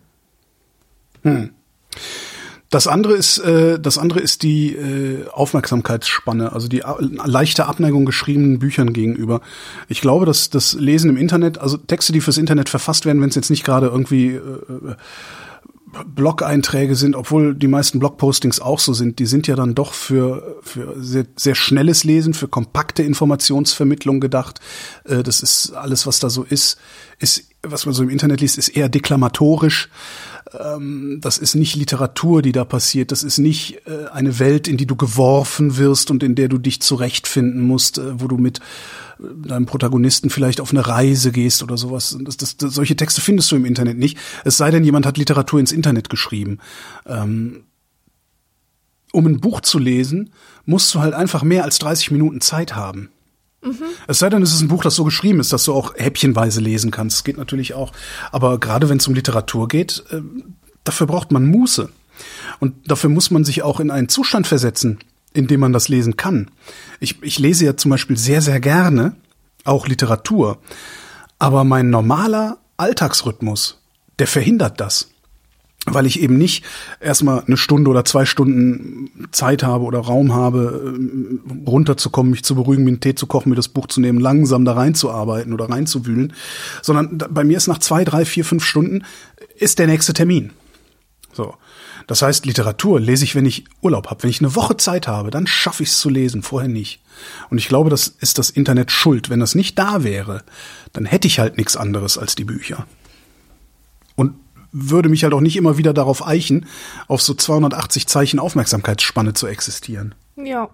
Das andere ist die Aufmerksamkeitsspanne, also die leichte Abneigung geschriebenen Büchern gegenüber. Ich glaube, dass das Lesen im Internet, also Texte, die fürs Internet verfasst werden, wenn es jetzt nicht gerade irgendwie Blog-Einträge sind, obwohl die meisten Blog-Postings auch so sind, die sind ja dann doch für sehr, sehr schnelles Lesen, für kompakte Informationsvermittlung gedacht. Das ist alles, was da so ist, was man so im Internet liest, ist eher deklamatorisch. Das ist nicht Literatur, die da passiert. Das ist nicht eine Welt, in die du geworfen wirst und in der du dich zurechtfinden musst, wo du mit deinem Protagonisten vielleicht auf eine Reise gehst oder sowas. Solche Texte findest du im Internet nicht. Es sei denn, jemand hat Literatur ins Internet geschrieben. Um ein Buch zu lesen, musst du halt einfach mehr als 30 Minuten Zeit haben. Es sei denn, es ist ein Buch, das so geschrieben ist, dass du auch häppchenweise lesen kannst. Das geht natürlich auch. Aber gerade wenn es um Literatur geht, dafür braucht man Muße. Und dafür muss man sich auch in einen Zustand versetzen, in dem man das lesen kann. Ich lese ja zum Beispiel sehr, sehr gerne auch Literatur. Aber mein normaler Alltagsrhythmus, der verhindert das. Weil ich eben nicht erstmal eine Stunde oder 2 Stunden Zeit habe oder Raum habe, runterzukommen, mich zu beruhigen, mir einen Tee zu kochen, mir das Buch zu nehmen, langsam da reinzuarbeiten oder reinzuwühlen. Sondern bei mir ist nach 2, 3, 4, 5 Stunden ist der nächste Termin. So. Das heißt, Literatur lese ich, wenn ich Urlaub habe. Wenn ich eine Woche Zeit habe, dann schaffe ich es zu lesen, vorher nicht. Und ich glaube, das ist das Internet schuld. Wenn das nicht da wäre, dann hätte ich halt nichts anderes als die Bücher. Und würde mich halt auch nicht immer wieder darauf eichen, auf so 280 Zeichen Aufmerksamkeitsspanne zu existieren. Ja.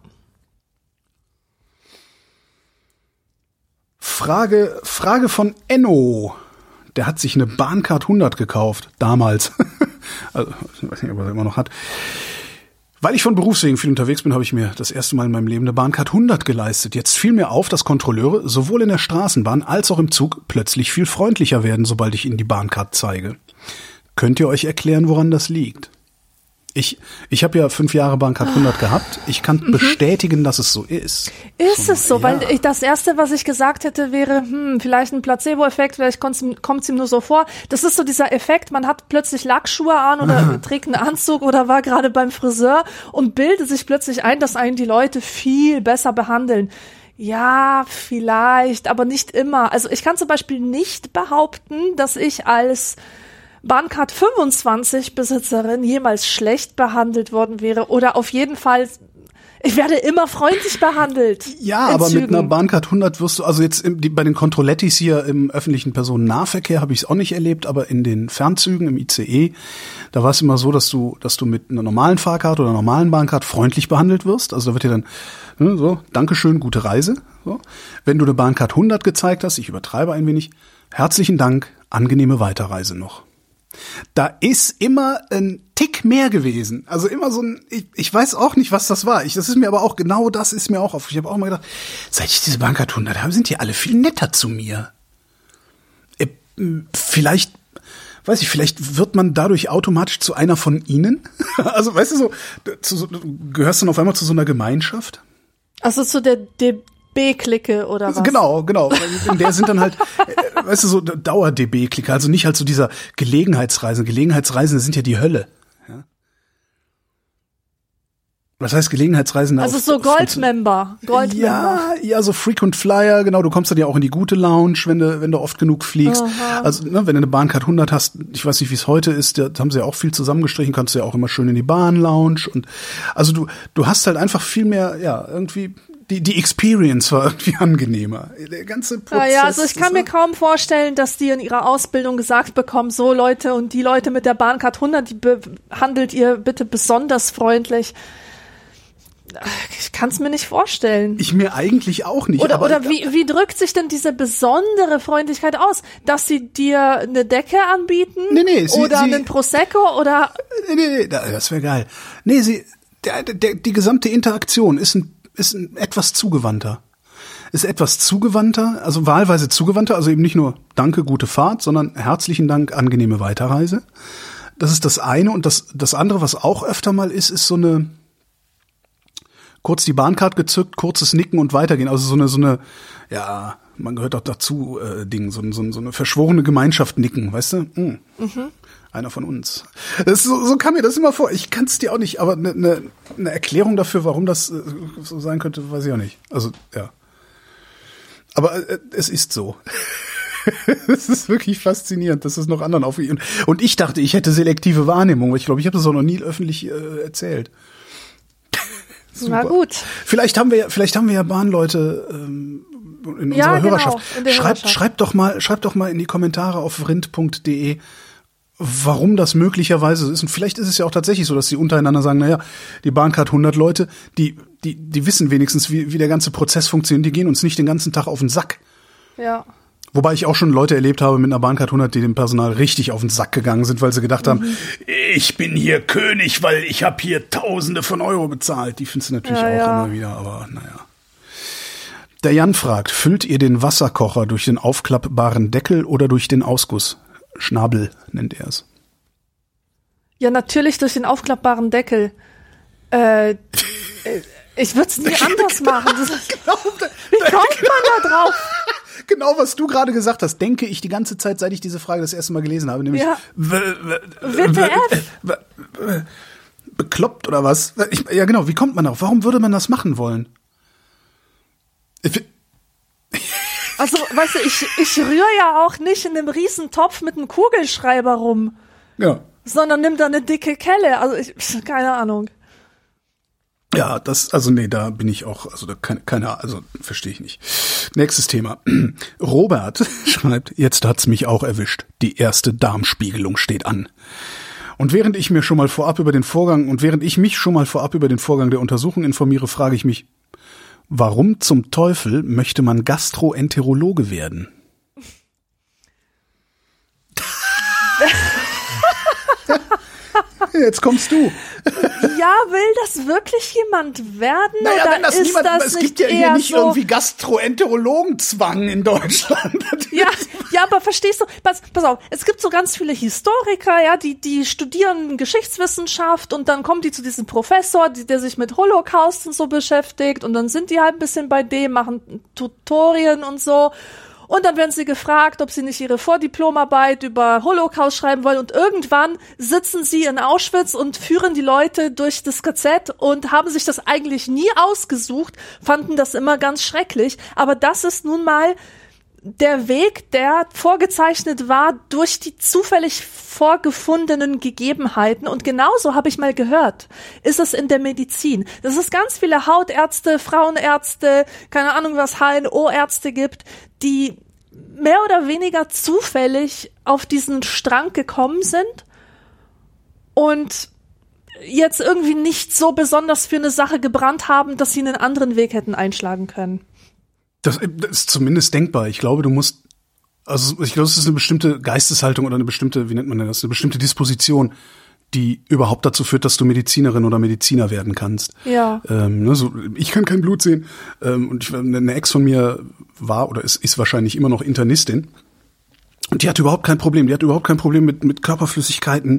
Frage von Enno. Der hat sich eine Bahncard 100 gekauft, damals. Also, ich weiß nicht, ob er sie immer noch hat. Weil ich von Berufswegen viel unterwegs bin, habe ich mir das erste Mal in meinem Leben eine Bahncard 100 geleistet. Jetzt fiel mir auf, dass Kontrolleure sowohl in der Straßenbahn als auch im Zug plötzlich viel freundlicher werden, sobald ich ihnen die Bahncard zeige. Könnt ihr euch erklären, woran das liegt? Ich habe ja 5 Jahre Bahncard 100 gehabt. Ich kann bestätigen, dass es so ist. Ist es so? Ja. Weil das Erste, was ich gesagt hätte, wäre, vielleicht ein Placebo-Effekt, vielleicht kommt es ihm nur so vor. Das ist so dieser Effekt, man hat plötzlich Lackschuhe an oder trägt einen Anzug oder war gerade beim Friseur und bildet sich plötzlich ein, dass einen die Leute viel besser behandeln. Ja, vielleicht, aber nicht immer. Also ich kann zum Beispiel nicht behaupten, dass ich als Bahncard 25 Besitzerin jemals schlecht behandelt worden wäre oder auf jeden Fall, ich werde immer freundlich behandelt. Ja, aber Zügen. Mit einer Bahncard 100 wirst du, also jetzt bei den Controlettis hier im öffentlichen Personennahverkehr habe ich es auch nicht erlebt, aber in den Fernzügen im ICE, da war es immer so, dass du mit einer normalen Fahrkarte oder einer normalen Bahncard freundlich behandelt wirst. Also da wird dir dann so, Dankeschön, gute Reise. So. Wenn du eine Bahncard 100 gezeigt hast, ich übertreibe ein wenig, herzlichen Dank, angenehme Weiterreise noch. Da ist immer ein Tick mehr gewesen. Also immer so ein, ich weiß auch nicht, was das war. Das ist mir aber auch, genau das ist mir auch auf. Ich habe auch mal gedacht, seit ich diese Bahncard 100 habe, sind die alle viel netter zu mir. Vielleicht wird man dadurch automatisch zu einer von ihnen. Also weißt du du gehörst dann auf einmal zu so einer Gemeinschaft. Also zu der DB-Clique oder was? Genau. In der sind dann halt, so Dauer-DB-Clique, also nicht halt so dieser Gelegenheitsreisende. Gelegenheitsreisende sind ja die Hölle. Ja? Was heißt Gelegenheitsreisende? Also so Goldmember. Ja, so Frequent Flyer, genau. Du kommst dann ja auch in die gute Lounge, wenn du oft genug fliegst. Aha. Also, wenn du eine Bahncard 100 hast, ich weiß nicht, wie es heute ist, da haben sie ja auch viel zusammengestrichen, kannst du ja auch immer schön in die Bahn-Lounge und, also du hast halt einfach viel mehr, ja, irgendwie, die Experience war irgendwie angenehmer. Der ganze Prozess. Ja, also ich kann mir kaum vorstellen, dass die in ihrer Ausbildung gesagt bekommen, so Leute und die Leute mit der Bahncard 100, die behandelt ihr bitte besonders freundlich. Ich kann es mir nicht vorstellen. Ich mir eigentlich auch nicht. Oder wie drückt sich denn diese besondere Freundlichkeit aus? Dass sie dir eine Decke anbieten? Nee, oder einen Prosecco oder? Nee, das wäre geil. Nee, die gesamte Interaktion ist etwas zugewandter. Ist etwas zugewandter, also wahlweise zugewandter, also eben nicht nur Danke, gute Fahrt, sondern herzlichen Dank, angenehme Weiterreise. Das ist das eine. Und das andere, was auch öfter mal ist so eine kurz die Bahncard gezückt, kurzes Nicken und weitergehen. Also so eine, ja, man gehört auch dazu, Ding, so eine verschworene Gemeinschaft nicken, weißt du? Einer von uns. So kam mir das immer vor. Ich kann es dir auch nicht, aber eine Erklärung dafür, warum das so sein könnte, weiß ich auch nicht. Also, ja. Aber es ist so. Es ist wirklich faszinierend, dass es noch anderen aufgeht. Und ich dachte, ich hätte selektive Wahrnehmung, weil ich glaube, ich habe das auch noch nie öffentlich erzählt. Super. Na gut. Vielleicht haben wir ja Bahnleute in unserer Hörerschaft. Genau, schreibt doch mal in die Kommentare auf rind.de, warum das möglicherweise so ist. Und vielleicht ist es ja auch tatsächlich so, dass sie untereinander sagen, naja, die Bahncard 100 Leute, die wissen wenigstens, wie der ganze Prozess funktioniert. Die gehen uns nicht den ganzen Tag auf den Sack. Ja. Wobei ich auch schon Leute erlebt habe mit einer Bahncard 100, die dem Personal richtig auf den Sack gegangen sind, weil sie gedacht haben, ich bin hier König, weil ich habe hier Tausende von Euro bezahlt. Die findest du natürlich auch immer wieder, aber naja. Der Jan fragt, füllt ihr den Wasserkocher durch den aufklappbaren Deckel oder durch den Ausguss? Schnabel nennt er es. Ja, natürlich durch den aufklappbaren Deckel. Ich würde es nie anders machen. Wie kommt man da drauf? Genau, was du gerade gesagt hast, denke ich die ganze Zeit, seit ich diese Frage das erste Mal gelesen habe, nämlich WTF? Bekloppt oder was? Ja genau, wie kommt man darauf? Warum würde man das machen wollen? Also, weißt du, ich rühre ja auch nicht in einem riesen Topf mit einem Kugelschreiber rum. Ja. Sondern nimm da eine dicke Kelle. Also, keine Ahnung. Ja, da bin ich auch, also verstehe ich nicht. Nächstes Thema. Robert schreibt, jetzt hat's mich auch erwischt. Die erste Darmspiegelung steht an. Und während ich mich schon mal vorab über den Vorgang der Untersuchung informiere, frage ich mich, warum zum Teufel möchte man Gastroenterologe werden? Jetzt kommst du. Ja, will das wirklich jemand werden? Naja, oder wenn das ist niemand, das es gibt ja hier eher nicht so, irgendwie Gastroenterologenzwang in Deutschland. Ja, aber verstehst du, pass auf, es gibt so ganz viele Historiker, ja, die studieren Geschichtswissenschaft und dann kommen die zu diesem Professor, der sich mit Holocaust und so beschäftigt und dann sind die halt ein bisschen bei dem, machen Tutorien und so. Und dann werden sie gefragt, ob sie nicht ihre Vordiplomarbeit über Holocaust schreiben wollen. Und irgendwann sitzen sie in Auschwitz und führen die Leute durch das KZ und haben sich das eigentlich nie ausgesucht, fanden das immer ganz schrecklich. Aber das ist nun mal der Weg, der vorgezeichnet war durch die zufällig vorgefundenen Gegebenheiten. Und genauso habe ich mal gehört, ist es in der Medizin. Dass es ganz viele Hautärzte, Frauenärzte, keine Ahnung was, HNO-Ärzte gibt, die mehr oder weniger zufällig auf diesen Strang gekommen sind und jetzt irgendwie nicht so besonders für eine Sache gebrannt haben, dass sie einen anderen Weg hätten einschlagen können. Das ist zumindest denkbar. Ich glaube, es ist eine bestimmte Geisteshaltung oder eine bestimmte, wie nennt man das, eine bestimmte Disposition, die überhaupt dazu führt, dass du Medizinerin oder Mediziner werden kannst. Ja. Ich kann kein Blut sehen. Und eine Ex von mir war oder ist wahrscheinlich immer noch Internistin. Und die hatte überhaupt kein Problem. Die hatte überhaupt kein Problem mit Körperflüssigkeiten,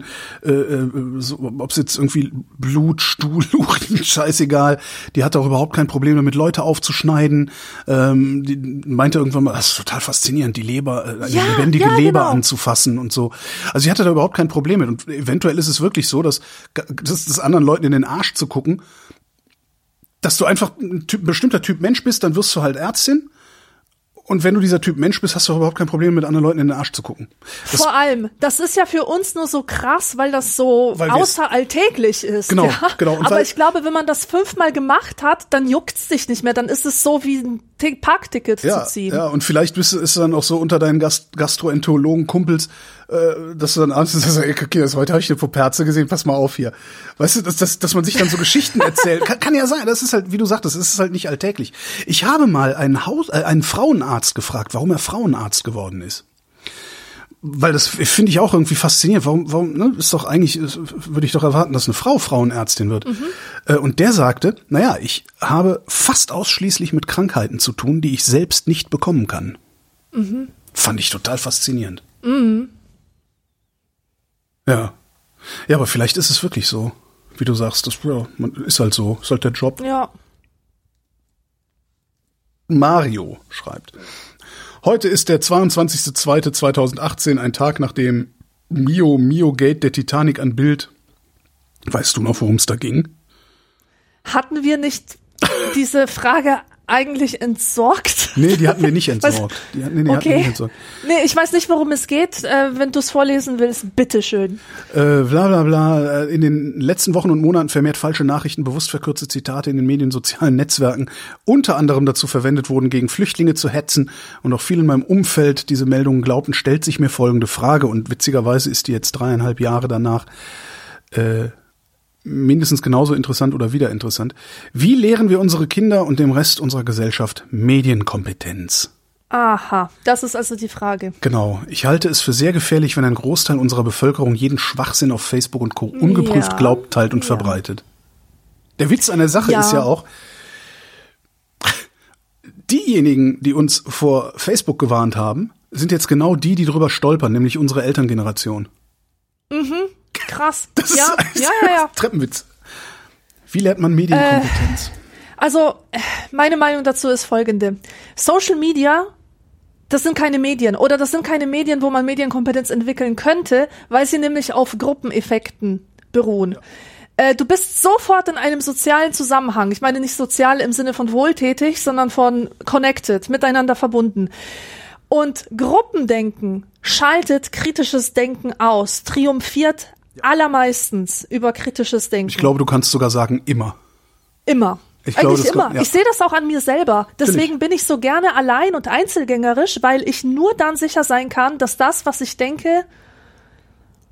ob es jetzt irgendwie Blut, Stuhl, Urin, scheißegal. Die hatte auch überhaupt kein Problem damit, Leute aufzuschneiden. Die meinte irgendwann mal, das ist total faszinierend, die Leber, eine lebendige Leber anzufassen und so. Also sie hatte da überhaupt kein Problem mit. Und eventuell ist es wirklich so, dass anderen Leuten in den Arsch zu gucken, dass du einfach ein bestimmter Typ Mensch bist, dann wirst du halt Ärztin. Und wenn du dieser Typ Mensch bist, hast du auch überhaupt kein Problem, mit anderen Leuten in den Arsch zu gucken. Vor allem, das ist ja für uns nur so krass, weil das so außeralltäglich ist. Genau, ja? genau. Aber ich glaube, wenn man das 5-mal gemacht hat, dann juckt's dich nicht mehr. Dann ist es so wie ein Parkticket zu ziehen. Ja, und vielleicht ist es dann auch so unter deinen Gastroenterologen-Kumpels, dass du dann abends sagst, ey, okay, heute habe ich eine Poperze gesehen, pass mal auf hier. Weißt du, dass man sich dann so Geschichten erzählt. Kann ja sein, das ist halt, wie du sagtest, es ist halt nicht alltäglich. Ich habe mal einen Frauenarzt gefragt, warum er Frauenarzt geworden ist. Weil das finde ich auch irgendwie faszinierend. Warum, ne? Ist doch eigentlich, würde ich doch erwarten, dass eine Frau Frauenärztin wird. Und der sagte, naja, ich habe fast ausschließlich mit Krankheiten zu tun, die ich selbst nicht bekommen kann. Fand ich total faszinierend. Ja. Ja, aber vielleicht ist es wirklich so, wie du sagst. Ist halt so, ist halt der Job. Ja. Mario schreibt: Heute ist der 22.02.2018, ein Tag, nachdem Mio Gate der Titanic an Bild. Weißt du noch, worum es da ging? Hatten wir nicht diese Frage eigentlich entsorgt? Nee, die hatten wir nicht entsorgt. Hatten wir nicht entsorgt. Nee, ich weiß nicht, worum es geht. Wenn du es vorlesen willst, bitteschön. Bla bla bla. In den letzten Wochen und Monaten vermehrt falsche Nachrichten, bewusst verkürzte Zitate in den Medien, sozialen Netzwerken unter anderem dazu verwendet wurden, gegen Flüchtlinge zu hetzen. Und auch viele in meinem Umfeld diese Meldungen glaubten, stellt sich mir folgende Frage. Und witzigerweise ist die jetzt 3,5 Jahre danach mindestens genauso interessant oder wieder interessant. Wie lehren wir unsere Kinder und dem Rest unserer Gesellschaft Medienkompetenz? Aha, das ist also die Frage. Genau. Ich halte es für sehr gefährlich, wenn ein Großteil unserer Bevölkerung jeden Schwachsinn auf Facebook und Co. ungeprüft glaubt, teilt und verbreitet. Der Witz an der Sache ist ja auch, diejenigen, die uns vor Facebook gewarnt haben, sind jetzt genau die drüber stolpern, nämlich unsere Elterngeneration. Krass. Das ist ein Treppenwitz. Wie lernt man Medienkompetenz? Also, meine Meinung dazu ist folgende. Social Media, das sind keine Medien. Oder das sind keine Medien, wo man Medienkompetenz entwickeln könnte, weil sie nämlich auf Gruppeneffekten beruhen. Ja. Du bist sofort in einem sozialen Zusammenhang. Ich meine nicht sozial im Sinne von wohltätig, sondern von connected, miteinander verbunden. Und Gruppendenken schaltet kritisches Denken aus, triumphiert allermeistens über kritisches Denken. Ich glaube, du kannst sogar sagen, immer. Immer. Eigentlich immer. Ich sehe das auch an mir selber. Deswegen bin ich so gerne allein und einzelgängerisch, weil ich nur dann sicher sein kann, dass das, was ich denke,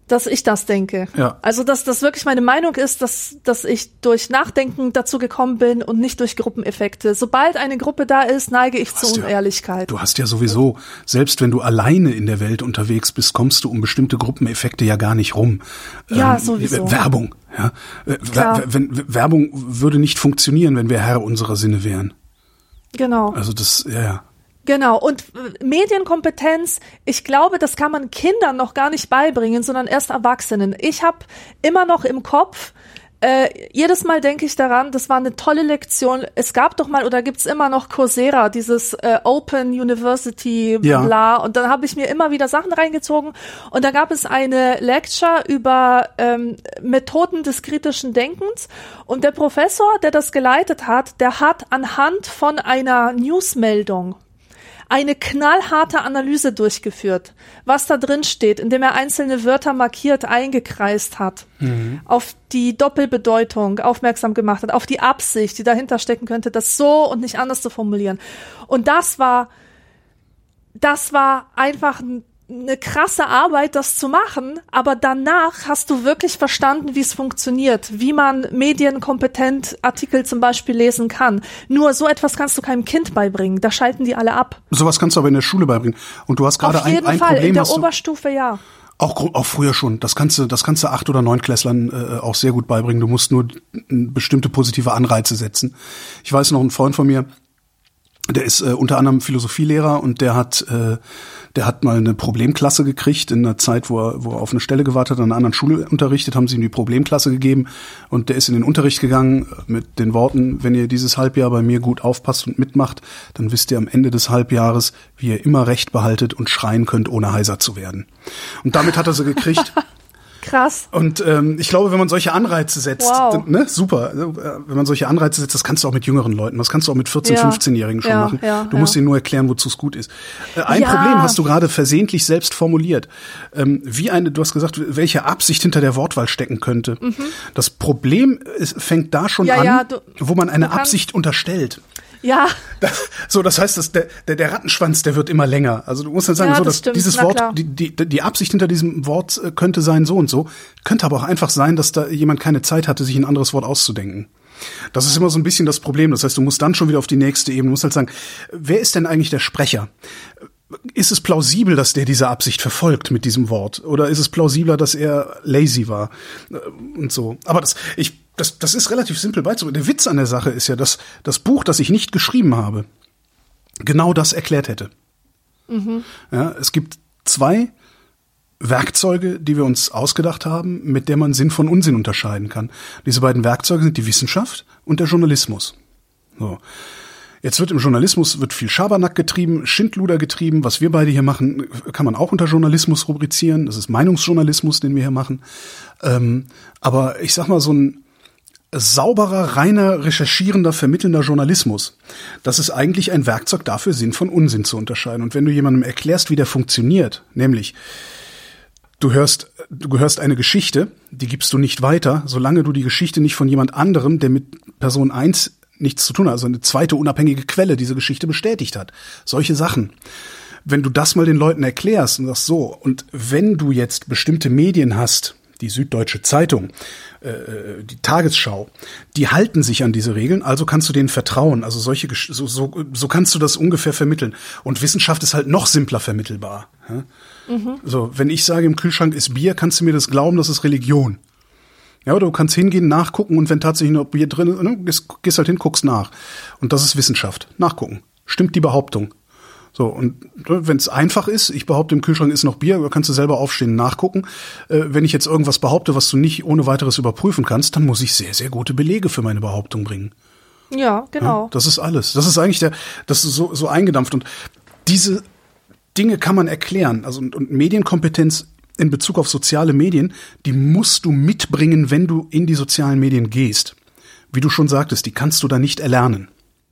dass ich das denke. Ja. Also, dass das wirklich meine Meinung ist, dass ich durch Nachdenken dazu gekommen bin und nicht durch Gruppeneffekte. Sobald eine Gruppe da ist, neige ich zu Unehrlichkeit. Du hast ja sowieso, selbst wenn du alleine in der Welt unterwegs bist, kommst du um bestimmte Gruppeneffekte ja gar nicht rum. Ja, sowieso. Werbung, ja. Werbung würde nicht funktionieren, wenn wir Herr unserer Sinne wären. Genau. Also das, ja. Genau, und Medienkompetenz, ich glaube, das kann man Kindern noch gar nicht beibringen, sondern erst Erwachsenen. Ich habe immer noch im Kopf, jedes Mal denke ich daran, das war eine tolle Lektion. Es gab doch mal oder gibt's immer noch Coursera, dieses Open University bla. Und dann habe ich mir immer wieder Sachen reingezogen. Und da gab es eine Lecture über Methoden des kritischen Denkens. Und der Professor, der das geleitet hat, der hat anhand von einer Newsmeldung eine knallharte Analyse durchgeführt, was da drin steht, indem er einzelne Wörter markiert, eingekreist hat, auf die Doppelbedeutung aufmerksam gemacht hat, auf die Absicht, die dahinter stecken könnte, das so und nicht anders zu formulieren. Und das war einfach eine krasse Arbeit, das zu machen, aber danach hast du wirklich verstanden, wie es funktioniert, wie man medienkompetent Artikel zum Beispiel lesen kann. Nur so etwas kannst du keinem Kind beibringen, da schalten die alle ab. Sowas kannst du aber in der Schule beibringen. Und du hast gerade ein Fall, Problem. In der Oberstufe, ja. Auch früher schon. Das kannst du 8- oder 9-Klässlern auch sehr gut beibringen. Du musst nur bestimmte positive Anreize setzen. Ich weiß noch, ein Freund von mir, der ist unter anderem Philosophielehrer und der hat mal eine Problemklasse gekriegt in einer Zeit, wo er auf eine Stelle gewartet hat, an einer anderen Schule unterrichtet, haben sie ihm die Problemklasse gegeben und der ist in den Unterricht gegangen mit den Worten, wenn ihr dieses Halbjahr bei mir gut aufpasst und mitmacht, dann wisst ihr am Ende des Halbjahres, wie ihr immer Recht behaltet und schreien könnt, ohne heiser zu werden. Und damit hat er sie gekriegt. Krass. Und ich glaube, wenn man solche Anreize setzt, ne, super, wenn man solche Anreize setzt, das kannst du auch mit jüngeren Leuten, das kannst du auch mit 14-, 15-Jährigen schon machen. Du musst ihnen nur erklären, wozu es gut ist. Ein Problem hast du gerade versehentlich selbst formuliert. Du hast gesagt, welche Absicht hinter der Wortwahl stecken könnte. Das Problem fängt da schon an, wo man eine Absicht unterstellt. Ja. Das heißt, dass der Rattenschwanz, der wird immer länger. Also du musst dann sagen, dass dieses Wort, die Absicht hinter diesem Wort könnte sein so und so, könnte aber auch einfach sein, dass da jemand keine Zeit hatte, sich ein anderes Wort auszudenken. Das ist immer so ein bisschen das Problem. Das heißt, du musst dann schon wieder auf die nächste Ebene. Du musst halt sagen, wer ist denn eigentlich der Sprecher? Ist es plausibel, dass der diese Absicht verfolgt mit diesem Wort? Oder ist es plausibler, dass er lazy war? Und so. Aber das ist relativ simpel beizubringen. Der Witz an der Sache ist ja, dass das Buch, das ich nicht geschrieben habe, genau das erklärt hätte. Ja, es gibt 2 Werkzeuge, die wir uns ausgedacht haben, mit der man Sinn von Unsinn unterscheiden kann. Diese beiden Werkzeuge sind die Wissenschaft und der Journalismus. So. Jetzt wird im Journalismus viel Schabernack getrieben, Schindluder getrieben. Was wir beide hier machen, kann man auch unter Journalismus rubrizieren. Das ist Meinungsjournalismus, den wir hier machen. Aber ich sag mal, so ein sauberer, reiner, recherchierender, vermittelnder Journalismus, das ist eigentlich ein Werkzeug dafür, Sinn von Unsinn zu unterscheiden. Und wenn du jemandem erklärst, wie der funktioniert, nämlich du hörst eine Geschichte, die gibst du nicht weiter, solange du die Geschichte nicht von jemand anderem, der mit Person 1 nichts zu tun hat, also eine zweite unabhängige Quelle diese Geschichte bestätigt hat. Solche Sachen. Wenn du das mal den Leuten erklärst und sagst so, und wenn du jetzt bestimmte Medien hast, die Süddeutsche Zeitung, die Tagesschau, die halten sich an diese Regeln, also kannst du denen vertrauen. Also so kannst du das ungefähr vermitteln. Und Wissenschaft ist halt noch simpler vermittelbar. Ja? So, wenn ich sage, im Kühlschrank ist Bier, kannst du mir das glauben, das ist Religion. Ja, oder du kannst hingehen, nachgucken und wenn tatsächlich noch Bier drin ist, ne, gehst halt hin, guckst nach. Und das ist Wissenschaft. Nachgucken. Stimmt die Behauptung. So, und wenn es einfach ist, ich behaupte, im Kühlschrank ist noch Bier, kannst du selber aufstehen, nachgucken. Wenn ich jetzt irgendwas behaupte, was du nicht ohne weiteres überprüfen kannst, dann muss ich sehr, sehr gute Belege für meine Behauptung bringen. Ja, genau. Ja, das ist alles. Das ist eigentlich das ist so eingedampft. Und diese Dinge kann man erklären. Also, und Medienkompetenz in Bezug auf soziale Medien, die musst du mitbringen, wenn du in die sozialen Medien gehst. Wie du schon sagtest, die kannst du da nicht erlernen.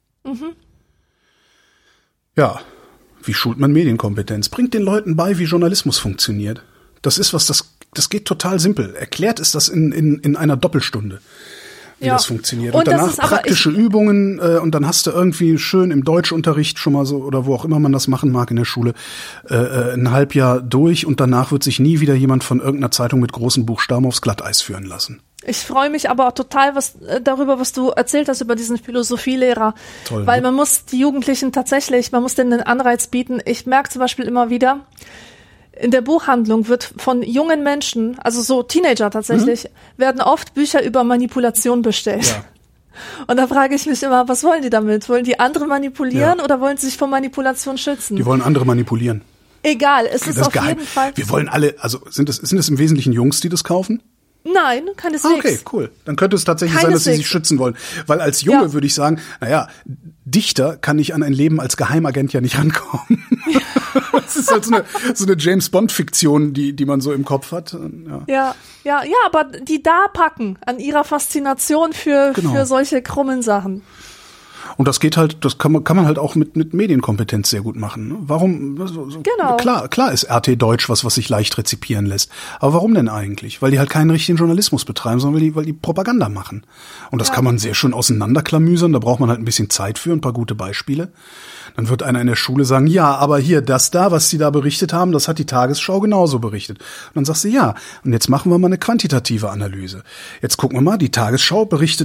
Ja, wie schult man Medienkompetenz? Bringt den Leuten bei, wie Journalismus funktioniert. Das ist das geht total simpel. Erklärt ist das in einer Doppelstunde. wie das funktioniert. Und Und danach das ist aber praktische Übungen und dann hast du irgendwie schön im Deutschunterricht schon mal so oder wo auch immer man das machen mag in der Schule ein Halbjahr durch und danach wird sich nie wieder jemand von irgendeiner Zeitung mit großen Buchstaben aufs Glatteis führen lassen. Ich freue mich aber auch total darüber, was du erzählt hast über diesen Philosophielehrer. Toll, weil ne? man muss die Jugendlichen man muss denen einen Anreiz bieten. Ich merke zum Beispiel immer wieder, in der Buchhandlung wird von jungen Menschen, also so Teenager tatsächlich, werden oft Bücher über Manipulation bestellt. Ja. Und da frage ich mich immer, was wollen die damit? Wollen die andere manipulieren oder wollen sie sich vor Manipulation schützen? Die wollen andere manipulieren. Egal, es ist Das auf geheim. jeden Fall. Wir wollen alle, also sind es im Wesentlichen Jungs, die das kaufen? Nein, keineswegs. Okay, cool. Dann könnte es tatsächlich sein, dass sie sich schützen wollen. Weil als Junge würde ich sagen, naja, Dichter kann ich an ein Leben als Geheimagent ja nicht rankommen. Das ist halt so eine James-Bond-Fiktion, die man so im Kopf hat. Ja, aber die da packen an ihrer Faszination für solche krummen Sachen. Und das geht halt, das kann man halt auch mit Medienkompetenz sehr gut machen. Ne? Warum? Genau. Klar ist RT Deutsch was sich leicht rezipieren lässt. Aber warum denn eigentlich? Weil die halt keinen richtigen Journalismus betreiben, sondern weil die Propaganda machen. Und das kann man sehr schön auseinanderklamüsern. Da braucht man halt ein bisschen Zeit für, ein paar gute Beispiele. Dann wird einer in der Schule sagen, ja, aber hier, das da, was Sie da berichtet haben, das hat die Tagesschau genauso berichtet. Und dann sagst du, ja, und jetzt machen wir mal eine quantitative Analyse. Jetzt gucken wir mal, die Tagesschau berichtet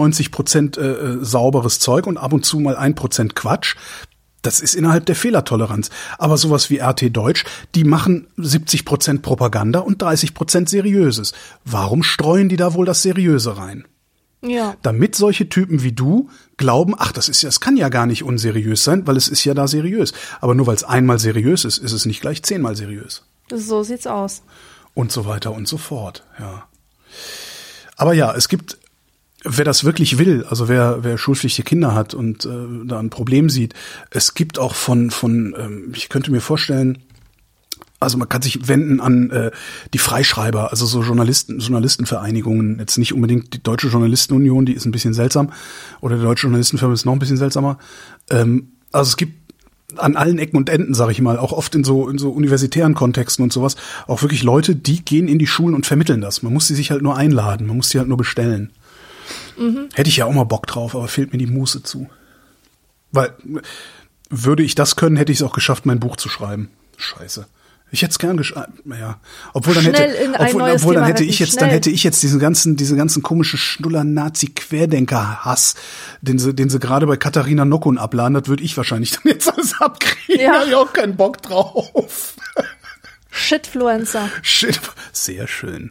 99% sauberes Zeug und ab und zu mal 1% Quatsch. Das ist innerhalb der Fehlertoleranz. Aber sowas wie RT Deutsch, die machen 70% Propaganda und 30% Seriöses. Warum streuen die da wohl das Seriöse rein? Ja. Damit solche Typen wie du glauben, ach, das kann ja gar nicht unseriös sein, weil es ist ja da seriös. Aber nur weil es einmal seriös ist, ist es nicht gleich 10-mal seriös. So sieht's aus. Und so weiter und so fort, ja. Aber ja, es gibt, wer das wirklich will, also wer schulpflichtige Kinder hat und da ein Problem sieht, es gibt auch ich könnte mir vorstellen, also man kann sich wenden an die Freischreiber, also so Journalistenvereinigungen, jetzt nicht unbedingt die Deutsche Journalistenunion, die ist ein bisschen seltsam, oder der Deutsche Journalistenverband ist noch ein bisschen seltsamer. Also es gibt an allen Ecken und Enden, sag ich mal, auch oft in so universitären Kontexten und sowas, auch wirklich Leute, die gehen in die Schulen und vermitteln das. Man muss sie sich halt nur einladen, man muss sie halt nur bestellen. Hätte ich ja auch mal Bock drauf, aber fehlt mir die Muße zu. Weil, würde ich das können, hätte ich es auch geschafft, mein Buch zu schreiben. Scheiße. Ich hätte es gern geschrieben, ja. Obwohl dann hätte ich jetzt diese ganzen komischen Schnuller-Nazi-Querdenker-Hass, den sie gerade bei Katharina Nockun abladen, das würde ich wahrscheinlich dann jetzt alles abkriegen. Ja. Da habe ich auch keinen Bock drauf. Shitfluencer. Sehr schön.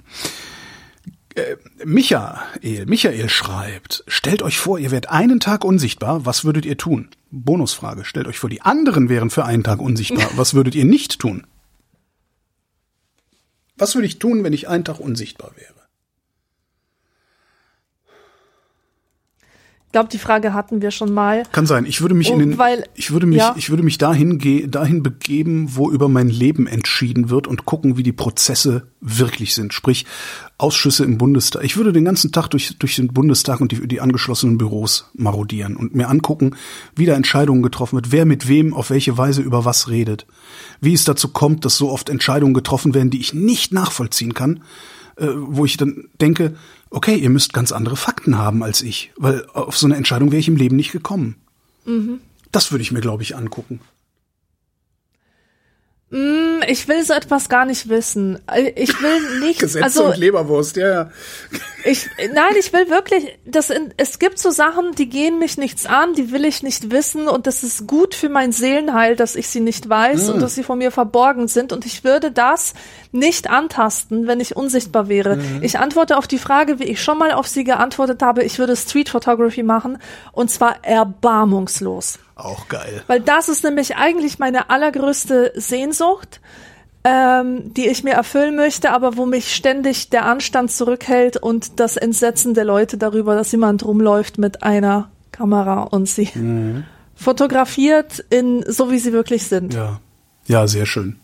Michael schreibt, stellt euch vor, ihr werdet einen Tag unsichtbar, was würdet ihr tun? Bonusfrage, stellt euch vor, die anderen wären für einen Tag unsichtbar, was würdet ihr nicht tun? Was würde ich tun, wenn ich einen Tag unsichtbar wäre? Ich glaube, die Frage hatten wir schon mal. Kann sein. Ich würde mich dahin begeben, wo über mein Leben entschieden wird und gucken, wie die Prozesse wirklich sind. Sprich, Ausschüsse im Bundestag. Ich würde den ganzen Tag durch den Bundestag und die angeschlossenen Büros marodieren und mir angucken, wie da Entscheidungen getroffen wird, wer mit wem auf welche Weise über was redet. Wie es dazu kommt, dass so oft Entscheidungen getroffen werden, die ich nicht nachvollziehen kann, wo ich dann denke, okay, ihr müsst ganz andere Fakten haben als ich, weil auf so eine Entscheidung wäre ich im Leben nicht gekommen. Das würde ich mir, glaube ich, angucken. Ich will so etwas gar nicht wissen. Ich will nicht. Gesetze und Leberwurst, ja. Ich will wirklich, es gibt so Sachen, die gehen mich nichts an, die will ich nicht wissen und das ist gut für mein Seelenheil, dass ich sie nicht weiß und dass sie von mir verborgen sind und ich würde das nicht antasten, wenn ich unsichtbar wäre. Ich antworte auf die Frage, wie ich schon mal auf sie geantwortet habe, ich würde Street Photography machen und zwar erbarmungslos. Auch geil. Weil das ist nämlich eigentlich meine allergrößte Sehnsucht, die ich mir erfüllen möchte, aber wo mich ständig der Anstand zurückhält und das Entsetzen der Leute darüber, dass jemand rumläuft mit einer Kamera und sie fotografiert so wie sie wirklich sind. Ja, sehr schön.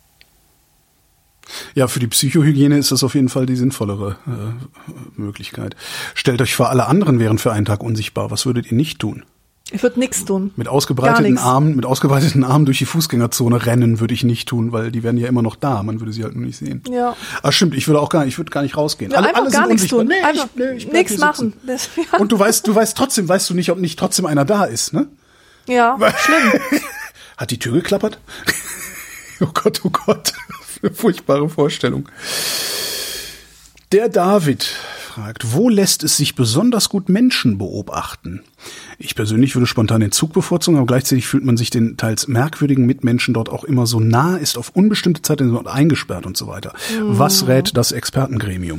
Ja, für die Psychohygiene ist das auf jeden Fall die sinnvollere Möglichkeit. Stellt euch vor, alle anderen wären für einen Tag unsichtbar. Was würdet ihr nicht tun? Ich würde nichts tun. Mit ausgebreiteten Armen durch die Fußgängerzone rennen würde ich nicht tun, weil die wären ja immer noch da. Man würde sie halt nur nicht sehen. Ja. Ah, stimmt, ich würde gar nicht rausgehen. Ja, einfach gar nichts tun. Nee, einfach ich nichts machen. Ja. Und du weißt du nicht, ob nicht trotzdem einer da ist, ne? Ja, schlimm. Hat die Tür geklappert? Oh Gott. Eine furchtbare Vorstellung. Der David fragt, wo lässt es sich besonders gut Menschen beobachten? Ich persönlich würde spontan den Zug bevorzugen, aber gleichzeitig fühlt man sich den teils merkwürdigen Mitmenschen dort auch immer so nah, ist auf unbestimmte Zeit dort eingesperrt und so weiter. Was rät das Expertengremium?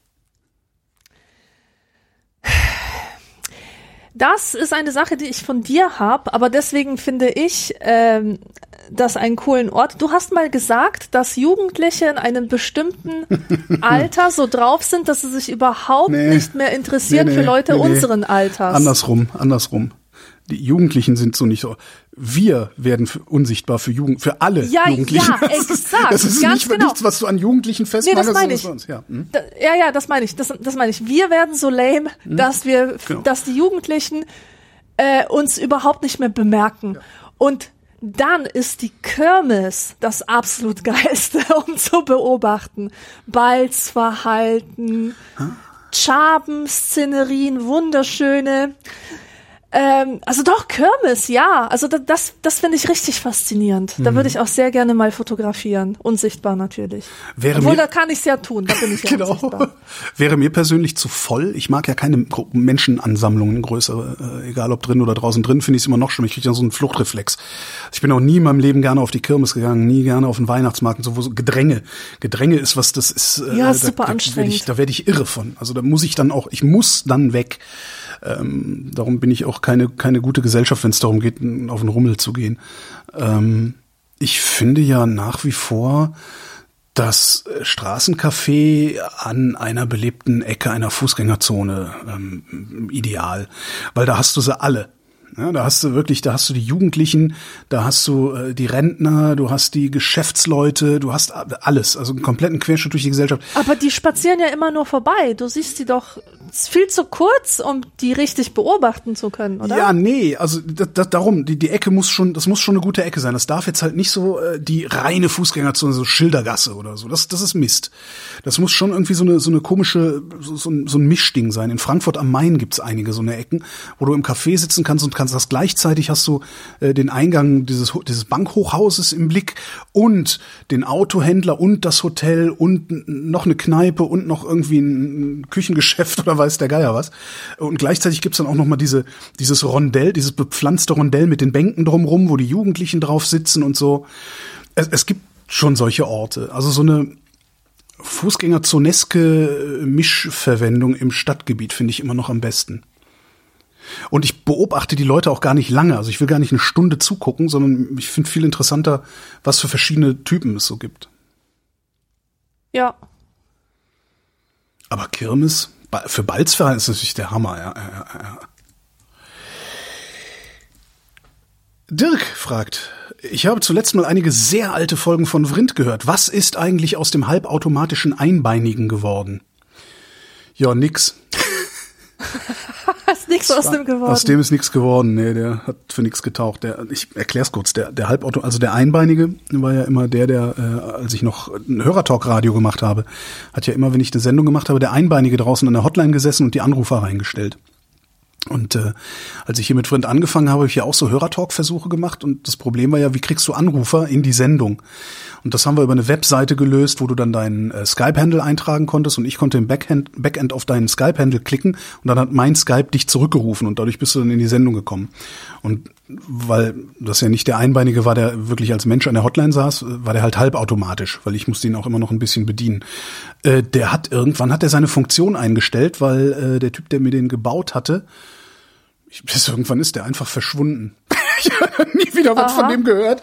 Das ist eine Sache, die ich von dir habe, aber deswegen finde ich das einen coolen Ort. Du hast mal gesagt, dass Jugendliche in einem bestimmten Alter so drauf sind, dass sie sich überhaupt nicht mehr interessieren für Leute unseren Alters. Andersrum. Die Jugendlichen sind so nicht so. Wir werden unsichtbar für alle Jugendlichen. Ja, exakt. Das ist ganz nichts, was du an Jugendlichen festmachst. Nee, das meine ich. Das meine ich. Das meine ich. Wir werden so lame, dass die Jugendlichen uns überhaupt nicht mehr bemerken. Ja. Und dann ist die Kirmes das absolut Geilste, um zu beobachten. Balzverhalten, Schaben-Szenerien, wunderschöne. Also doch, Kirmes, ja. Also das finde ich richtig faszinierend. Da würde ich auch sehr gerne mal fotografieren. Unsichtbar natürlich. Da kann ich es ja tun, da bin ich ja unsichtbar. Wäre mir persönlich zu voll. Ich mag ja keine Menschenansammlungen, größere, egal ob drin oder draußen drin, finde ich es immer noch schlimm. Ich kriege ja so einen Fluchtreflex. Ich bin auch nie in meinem Leben gerne auf die Kirmes gegangen, nie gerne auf den Weihnachtsmarkt und so Gedränge. Gedränge ist was, das ist super anstrengend. Da werde ich irre von. Also da muss ich dann weg. Darum bin ich auch keine gute Gesellschaft, wenn es darum geht, auf den Rummel zu gehen. Ich finde ja nach wie vor das Straßencafé an einer belebten Ecke einer Fußgängerzone ideal, weil da hast du sie alle. Ja, da hast du die Jugendlichen, da hast du die Rentner, du hast die Geschäftsleute, du hast alles, also einen kompletten Querschnitt durch die Gesellschaft. Aber die spazieren ja immer nur vorbei. Du siehst die doch viel zu kurz, um die richtig beobachten zu können, oder? Ja, nee, also darum, die Ecke das muss schon eine gute Ecke sein. Das darf jetzt halt nicht so die reine Fußgängerzone, so Schildergasse oder so. Das ist Mist. Das muss schon irgendwie so eine komische, so ein Mischding sein. In Frankfurt am Main gibt's einige so eine Ecken, wo du im Café sitzen kannst und das gleichzeitig hast du den Eingang dieses Bankhochhauses im Blick und den Autohändler und das Hotel und noch eine Kneipe und noch irgendwie ein Küchengeschäft oder weiß der Geier was. Und gleichzeitig gibt's dann auch noch mal dieses Rondell, dieses bepflanzte Rondell mit den Bänken drumrum, wo die Jugendlichen drauf sitzen und so. Es gibt schon solche Orte. Also so eine fußgängerzoneske Mischverwendung im Stadtgebiet finde ich immer noch am besten. Und ich beobachte die Leute auch gar nicht lange. Also ich will gar nicht eine Stunde zugucken, sondern ich finde viel interessanter, was für verschiedene Typen es so gibt. Ja. Aber Kirmes, für Balzverein ist natürlich der Hammer. Ja. Dirk fragt, ich habe zuletzt mal einige sehr alte Folgen von Vrind gehört. Was ist eigentlich aus dem halbautomatischen Einbeinigen geworden? Ja, nix. Ist nichts aus dem geworden. Aus dem ist nichts geworden. Nee, der hat für nichts getaucht. Ich erklär's kurz. Der Halbauto, also der Einbeinige war ja immer der, als ich noch ein Hörertalk-Radio gemacht habe, hat ja immer, wenn ich eine Sendung gemacht habe, der Einbeinige draußen an der Hotline gesessen und die Anrufer reingestellt. Und als ich hier mit Vrind angefangen habe, habe ich ja auch so Hörertalk-Versuche gemacht und das Problem war ja, wie kriegst du Anrufer in die Sendung? Und das haben wir über eine Webseite gelöst, wo du dann deinen Skype-Handle eintragen konntest und ich konnte im Backend auf deinen Skype-Handle klicken und dann hat mein Skype dich zurückgerufen und dadurch bist du dann in die Sendung gekommen. Und weil das ja nicht der Einbeinige war, der wirklich als Mensch an der Hotline saß, war der halt halbautomatisch, weil ich musste ihn auch immer noch ein bisschen bedienen. Irgendwann hat er seine Funktion eingestellt, weil der Typ, der mir den gebaut hatte, irgendwann ist der einfach verschwunden. Ich habe nie wieder was von dem gehört.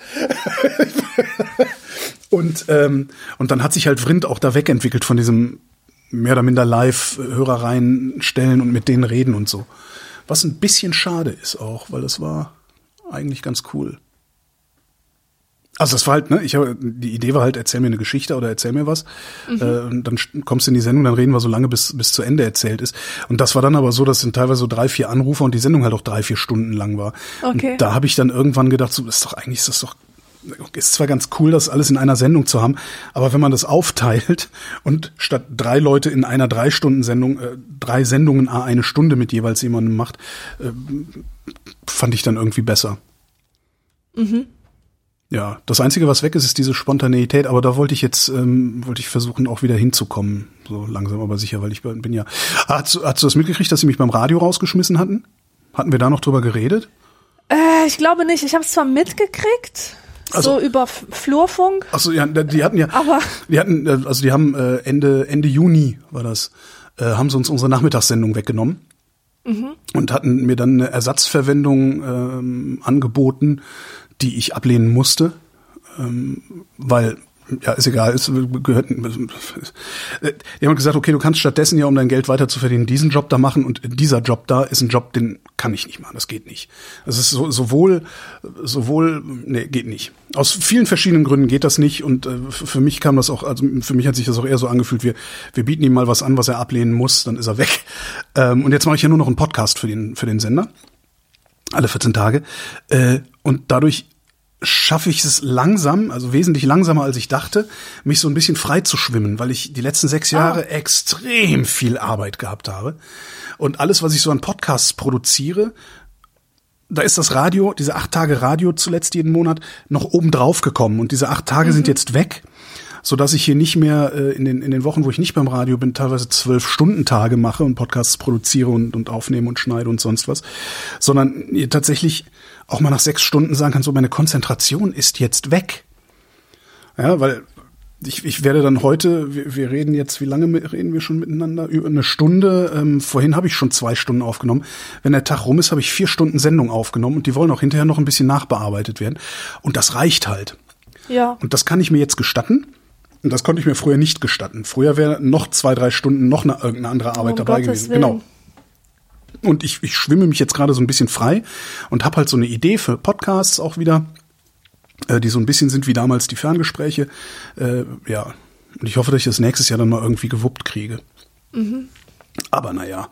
Und dann hat sich halt Vrind auch da wegentwickelt von diesem mehr oder minder Live-Hörer reinstellen und mit denen reden und so. Was ein bisschen schade ist auch, weil das war eigentlich ganz cool. Also das war halt, die Idee war halt, erzähl mir eine Geschichte oder erzähl mir was. Und dann kommst du in die Sendung, dann reden wir so lange, bis zu Ende erzählt ist. Und das war dann aber so, dass sind teilweise so 3-4 Anrufe und die Sendung halt auch 3-4 Stunden lang war. Okay. Und da habe ich dann irgendwann gedacht, so, ist zwar ganz cool, das alles in einer Sendung zu haben, aber wenn man das aufteilt und statt 3 Leute in einer 3-Stunden-Sendung 3 Sendungen eine Stunde mit jeweils jemandem macht, fand ich dann irgendwie besser. Mhm. Ja, das Einzige, was weg ist, ist diese Spontaneität, aber da wollte ich versuchen, auch wieder hinzukommen, so langsam aber sicher, weil ich bin ja. Hast du das mitgekriegt, dass sie mich beim Radio rausgeschmissen hatten? Hatten wir da noch drüber geredet? Ich glaube nicht. Ich habe es zwar mitgekriegt, so über Flurfunk. Achso, ja, die haben Ende Juni war das, haben sie uns unsere Nachmittagssendung weggenommen. Und hatten mir dann eine Ersatzverwendung angeboten, die ich ablehnen musste, weil, ja, ist egal, die haben gesagt, okay, du kannst stattdessen ja, um dein Geld weiter zu verdienen, diesen Job da machen und dieser Job da ist ein Job, den kann ich nicht machen, das geht nicht. Das ist geht nicht. Aus vielen verschiedenen Gründen geht das nicht und für mich kam das auch, also für mich hat sich das auch eher so angefühlt, wir bieten ihm mal was an, was er ablehnen muss, dann ist er weg. Und jetzt mache ich ja nur noch einen Podcast für den Sender. Alle 14 Tage. Und dadurch schaffe ich es langsam, also wesentlich langsamer als ich dachte, mich so ein bisschen frei zu schwimmen, weil ich die letzten 6 Jahre extrem viel Arbeit gehabt habe. Und alles, was ich so an Podcasts produziere, da ist das Radio, diese 8 Tage Radio zuletzt jeden Monat, noch oben drauf gekommen. Und diese 8 Tage sind jetzt weg, sodass ich hier nicht mehr in den Wochen, wo ich nicht beim Radio bin, teilweise 12-Stunden-Tage mache und Podcasts produziere und aufnehme und schneide und sonst was, sondern hier tatsächlich auch mal nach 6 Stunden sagen kann, so meine Konzentration ist jetzt weg. Ja, weil ich werde dann heute, wir reden jetzt, wie lange reden wir schon miteinander? Über eine Stunde. Vorhin habe ich schon 2 Stunden aufgenommen. Wenn der Tag rum ist, habe ich 4 Stunden Sendung aufgenommen und die wollen auch hinterher noch ein bisschen nachbearbeitet werden. Und das reicht halt. Ja. Und das kann ich mir jetzt gestatten. Und das konnte ich mir früher nicht gestatten. Früher wäre noch 2-3 Stunden noch irgendeine andere Arbeit dabei gewesen. Genau. Und ich schwimme mich jetzt gerade so ein bisschen frei und habe halt so eine Idee für Podcasts auch wieder, die so ein bisschen sind wie damals die Ferngespräche. Ja, und ich hoffe, dass ich das nächstes Jahr dann mal irgendwie gewuppt kriege. Mhm. Aber naja,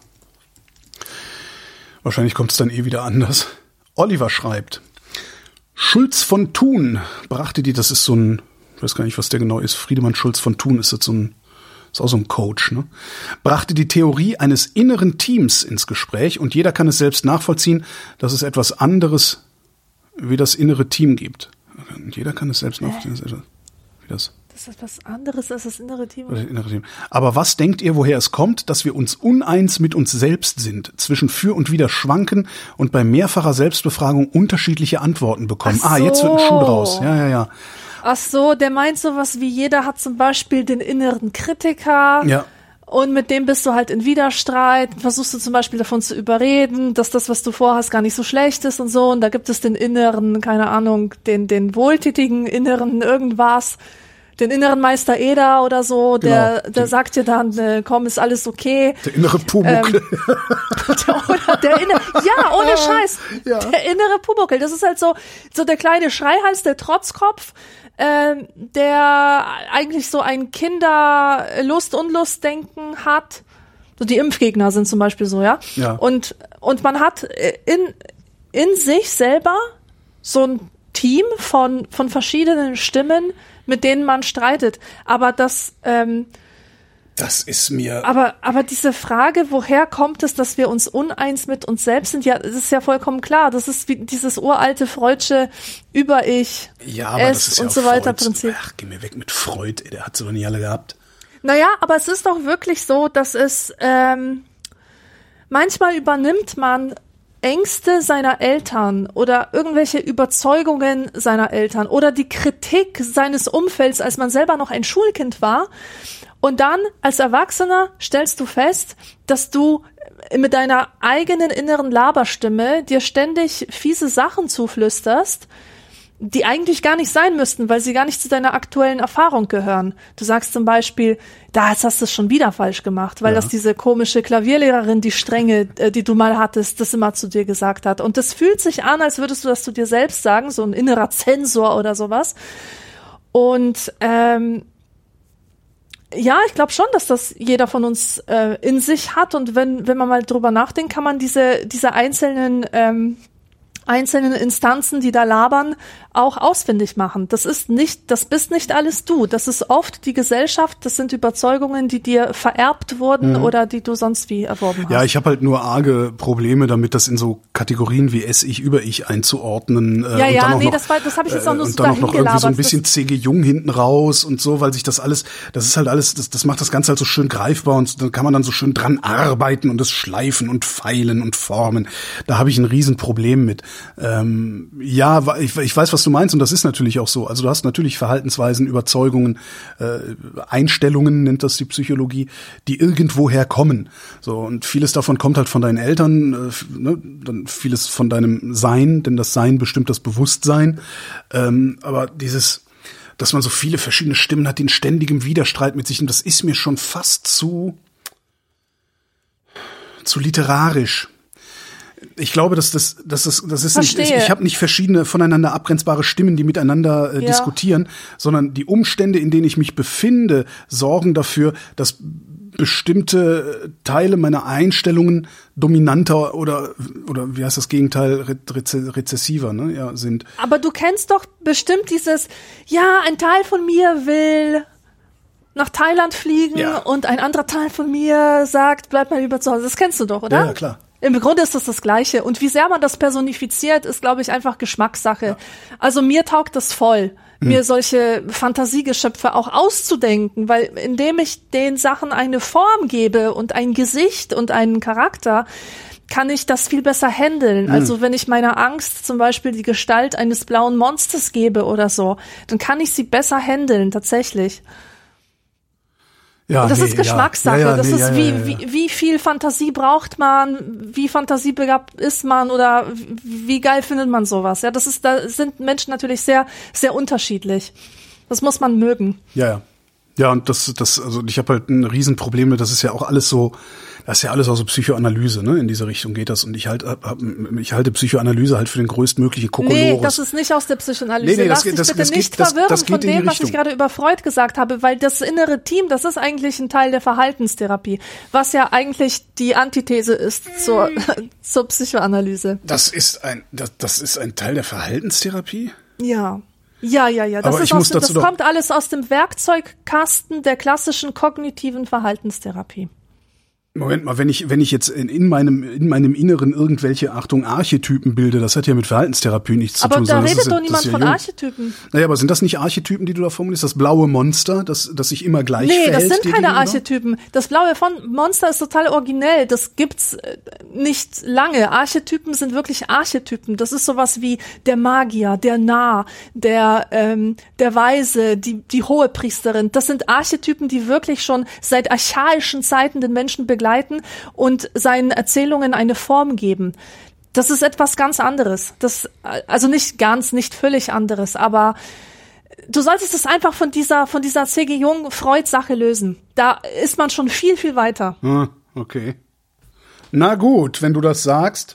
wahrscheinlich kommt es dann wieder anders. Oliver schreibt, Schulz von Thun brachte das ist so ein, ich weiß gar nicht, was der genau ist, Friedemann Schulz von Thun ist jetzt ist auch so ein Coach, ne? Brachte die Theorie eines inneren Teams ins Gespräch und jeder kann es selbst nachvollziehen, dass es etwas anderes wie das innere Team gibt. Jeder kann es selbst nachvollziehen, wie das. Das ist etwas anderes als das innere Team. Oder das innere Team. Aber was denkt ihr, woher es kommt, dass wir uns uneins mit uns selbst sind, zwischen für und wider schwanken und bei mehrfacher Selbstbefragung unterschiedliche Antworten bekommen? Ach so. Jetzt wird ein Schuh draus. Ja. Ach so, der meint sowas wie jeder hat zum Beispiel den inneren Kritiker. Ja. Und mit dem bist du halt in Widerstreit, versuchst du zum Beispiel davon zu überreden, dass das, was du vorhast, gar nicht so schlecht ist und so. Und da gibt es den inneren, keine Ahnung, den wohltätigen inneren irgendwas, den inneren Meister Eder oder so, der sagt dir dann, komm, ist alles okay. Der innere Pumuckl. Ja, ohne Scheiß. Ja. Der innere Pumuckl, das ist halt so der kleine Schreihals, der Trotzkopf, der eigentlich so ein Kinder-Lust-Unlust-Denken hat. So die Impfgegner sind zum Beispiel so, ja. Und man hat in sich selber so ein Team von verschiedenen Stimmen, mit denen man streitet. Aber das ist mir. Aber diese Frage, woher kommt es, dass wir uns uneins mit uns selbst sind, ja, das ist ja vollkommen klar. Das ist wie dieses uralte Freudsche Über-Ich, ja, aber das ist ja und so weiter Prinzip. Ach, geh mir weg mit Freud, der hat sie doch nicht alle gehabt. Naja, aber es ist doch wirklich so, dass es manchmal übernimmt man Ängste seiner Eltern oder irgendwelche Überzeugungen seiner Eltern oder die Kritik seines Umfelds, als man selber noch ein Schulkind war. Und dann als Erwachsener stellst du fest, dass du mit deiner eigenen inneren Laberstimme dir ständig fiese Sachen zuflüsterst, die eigentlich gar nicht sein müssten, weil sie gar nicht zu deiner aktuellen Erfahrung gehören. Du sagst zum Beispiel, jetzt hast du es schon wieder falsch gemacht, weil das diese komische Klavierlehrerin, die strenge, die du mal hattest, das immer zu dir gesagt hat. Und das fühlt sich an, als würdest du das zu dir selbst sagen, so ein innerer Zensor oder sowas. Und ich glaube schon, dass das jeder von uns in sich hat. Und wenn man mal drüber nachdenkt, kann man diese einzelnen Instanzen, die da labern, auch ausfindig machen. Das bist nicht alles du. Das ist oft die Gesellschaft, das sind Überzeugungen, die dir vererbt wurden oder die du sonst wie erworben hast. Ja, ich habe halt nur arge Probleme damit, das in so Kategorien wie Es-Ich, Über-Ich einzuordnen. Das habe ich jetzt auch nur so dahin gelabert. Und dann noch irgendwie so ein bisschen C.G. Jung hinten raus und so, weil sich das ist halt alles, das macht das Ganze halt so schön greifbar und dann kann man dann so schön dran arbeiten und das schleifen und feilen und formen. Da habe ich ein Riesenproblem mit. Ich weiß, was du meinst und das ist natürlich auch so. Also du hast natürlich Verhaltensweisen, Überzeugungen, Einstellungen nennt das die Psychologie, die irgendwoher kommen. So, und vieles davon kommt halt von deinen Eltern, dann vieles von deinem Sein, denn das Sein bestimmt das Bewusstsein. Aber dass man so viele verschiedene Stimmen hat, die in ständigem Widerstreit mit sich, und das ist mir schon fast zu literarisch. Ich glaube, das ist nicht, ich habe nicht verschiedene voneinander abgrenzbare Stimmen, die miteinander diskutieren, sondern die Umstände, in denen ich mich befinde, sorgen dafür, dass bestimmte Teile meiner Einstellungen dominanter oder wie heißt das Gegenteil, rezessiver, sind. Aber du kennst doch bestimmt dieses, ein Teil von mir will nach Thailand fliegen und ein anderer Teil von mir sagt, bleib mal lieber zu Hause. Das kennst du doch, oder? Ja, klar. Im Grunde ist das Gleiche. Und wie sehr man das personifiziert, ist, glaube ich, einfach Geschmackssache. Ja. Also mir taugt das voll, mir solche Fantasiegeschöpfe auch auszudenken, weil indem ich den Sachen eine Form gebe und ein Gesicht und einen Charakter, kann ich das viel besser handeln. Also wenn ich meiner Angst zum Beispiel die Gestalt eines blauen Monsters gebe oder so, dann kann ich sie besser handeln, tatsächlich. Ja, das ist Geschmackssache. Wie viel Fantasie braucht man, wie fantasiebegabt ist man oder wie geil findet man sowas? Ja, da sind Menschen natürlich sehr, sehr unterschiedlich. Das muss man mögen. Ja. Ja, und also ich habe halt ein Riesenproblem mit, das ist ja auch alles so, das ist ja alles auch so Psychoanalyse, in diese Richtung geht das. Und ich halte Psychoanalyse halt für den größtmöglichen Kokolores. Nee, das ist nicht aus der Psychoanalyse. Lass dich bitte nicht verwirren von dem, was ich gerade über Freud gesagt habe, weil das innere Team, das ist eigentlich ein Teil der Verhaltenstherapie, was ja eigentlich die Antithese ist zur Psychoanalyse. Das ist ein Teil der Verhaltenstherapie? Ja. Ja. Das kommt alles aus dem Werkzeugkasten der klassischen kognitiven Verhaltenstherapie. Moment mal, wenn ich jetzt in meinem Inneren irgendwelche, Archetypen bilde, das hat ja mit Verhaltenstherapie nichts zu tun. Aber da redet doch niemand von Archetypen. Naja, aber sind das nicht Archetypen, die du da formulierst? Das blaue Monster, das sich immer gleich verhält? Nee, das sind keine Archetypen. Das blaue Monster ist total originell. Das gibt's nicht lange. Archetypen sind wirklich Archetypen. Das ist sowas wie der Magier, der Narr, der Weise, die Hohepriesterin. Das sind Archetypen, die wirklich schon seit archaischen Zeiten den Menschen begleiten und seinen Erzählungen eine Form geben. Das ist etwas ganz anderes. Also nicht völlig anderes, aber du solltest es einfach von dieser C.G. Jung-Freud-Sache lösen. Da ist man schon viel, viel weiter. Okay. Na gut, wenn du das sagst.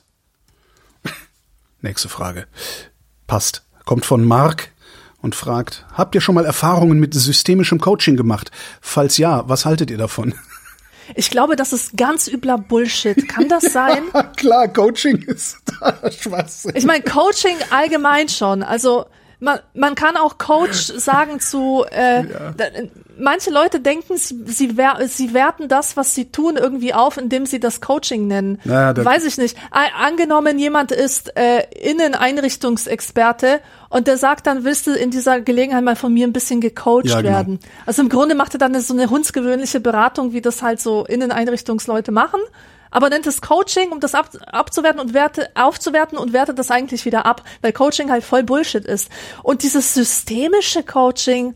Nächste Frage. Passt. Kommt von Mark und fragt, habt ihr schon mal Erfahrungen mit systemischem Coaching gemacht? Falls ja, was haltet ihr davon? Ich glaube, das ist ganz übler Bullshit. Kann das sein? Klar, Coaching ist Schwachsinn. Ich meine, Coaching allgemein schon. Also man kann auch Coach sagen zu manche Leute denken, sie werten das, was sie tun, irgendwie auf, indem sie das Coaching nennen. Weiß ich nicht. Angenommen, jemand ist Inneneinrichtungsexperte und der sagt dann, willst du in dieser Gelegenheit mal von mir ein bisschen gecoacht werden? Also im Grunde macht er dann so eine hundsgewöhnliche Beratung, wie das halt so Inneneinrichtungsleute machen. Aber nennt es Coaching, um das aufzuwerten und wertet das eigentlich wieder ab, weil Coaching halt voll Bullshit ist. Und dieses systemische Coaching,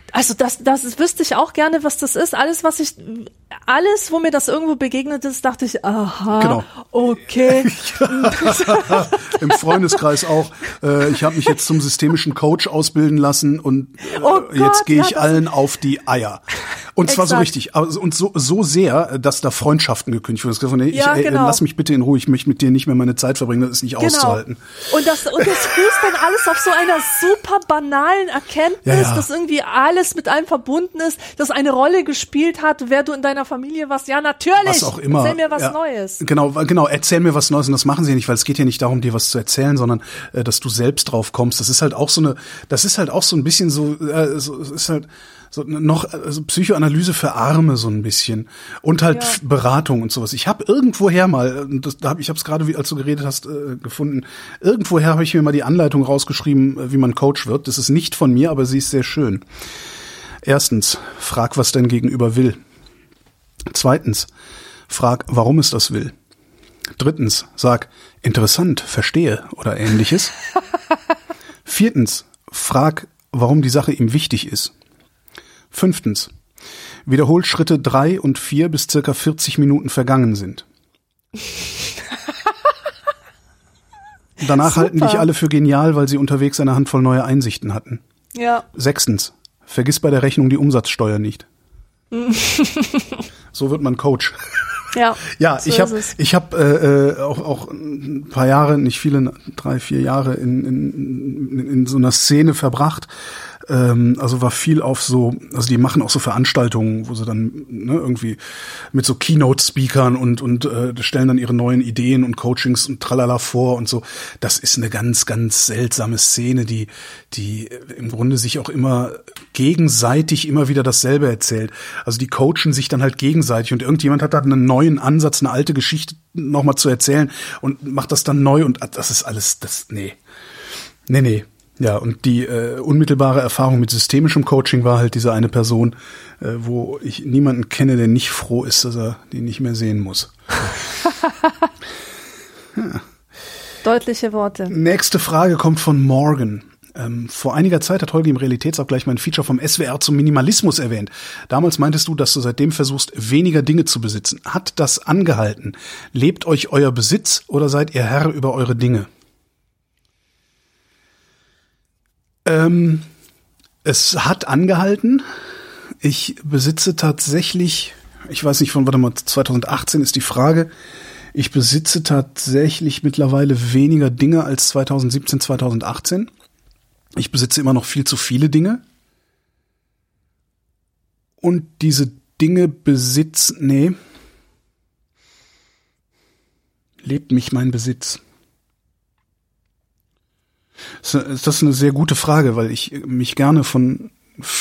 Also das wüsste ich auch gerne, was das ist. Alles, wo mir das irgendwo begegnet ist, dachte ich, aha, genau. Okay. Im Freundeskreis auch. Ich habe mich jetzt zum systemischen Coach ausbilden lassen und jetzt gehe ich allen auf die Eier. Und zwar so richtig. Und so sehr, dass da Freundschaften gekündigt wurden. Genau. Lass mich bitte in Ruhe, ich möchte mit dir nicht mehr meine Zeit verbringen, das ist nicht auszuhalten. Und das fußt dann alles auf so einer super banalen Erkenntnis, dass irgendwie alles mit allem verbunden ist, dass eine Rolle gespielt hat, wer du in deiner Familie warst. Ja, natürlich. Was auch immer. Erzähl mir was Neues. Genau, erzähl mir was Neues. Und das machen sie ja nicht, weil es geht ja nicht darum, dir was zu erzählen, sondern dass du selbst drauf kommst. Das ist halt auch so ein bisschen so, ist halt so noch Psychoanalyse für Arme so ein bisschen und halt Beratung und sowas. Ich habe irgendwoher mal, ich habe es gerade, als du geredet hast, gefunden. Irgendwoher habe ich mir mal die Anleitung rausgeschrieben, wie man Coach wird. Das ist nicht von mir, aber sie ist sehr schön. Erstens, frag, was dein Gegenüber will. Zweitens, frag, warum es das will. Drittens, sag, interessant, verstehe oder ähnliches. Viertens, frag, warum die Sache ihm wichtig ist. Fünftens, wiederhol Schritte 3 und 4, bis circa 40 Minuten vergangen sind. Danach halten dich alle für genial, weil sie unterwegs eine Handvoll neue Einsichten hatten. Ja. Sechstens, vergiss bei der Rechnung die Umsatzsteuer nicht. So wird man Coach. Ja, so ich habe auch ein paar Jahre, nicht viele, 3-4 Jahre in so einer Szene verbracht. Also war viel auf so, also die machen auch so Veranstaltungen, wo sie dann irgendwie mit so Keynote-Speakern und stellen dann ihre neuen Ideen und Coachings und tralala vor und so. Das ist eine ganz, ganz seltsame Szene, die im Grunde sich auch immer gegenseitig immer wieder dasselbe erzählt. Also die coachen sich dann halt gegenseitig und irgendjemand hat da einen neuen Ansatz, eine alte Geschichte nochmal zu erzählen und macht das dann neu und das ist alles, nee. Ja, und die unmittelbare Erfahrung mit systemischem Coaching war halt diese eine Person, wo ich niemanden kenne, der nicht froh ist, dass er die nicht mehr sehen muss. Ja. Deutliche Worte. Nächste Frage kommt von Morgan. Vor einiger Zeit hat Holgi im Realitätsabgleich mein Feature vom SWR zum Minimalismus erwähnt. Damals meintest du, dass du seitdem versuchst, weniger Dinge zu besitzen. Hat das angehalten? Lebt euch euer Besitz oder seid ihr Herr über eure Dinge? Es hat angehalten. Ich besitze tatsächlich, ich weiß nicht, 2018 ist die Frage. Ich besitze tatsächlich mittlerweile weniger Dinge als 2017, 2018. Ich besitze immer noch viel zu viele Dinge. Und diese Dinge lebt mich mein Besitz? Das ist eine sehr gute Frage, weil ich mich gerne von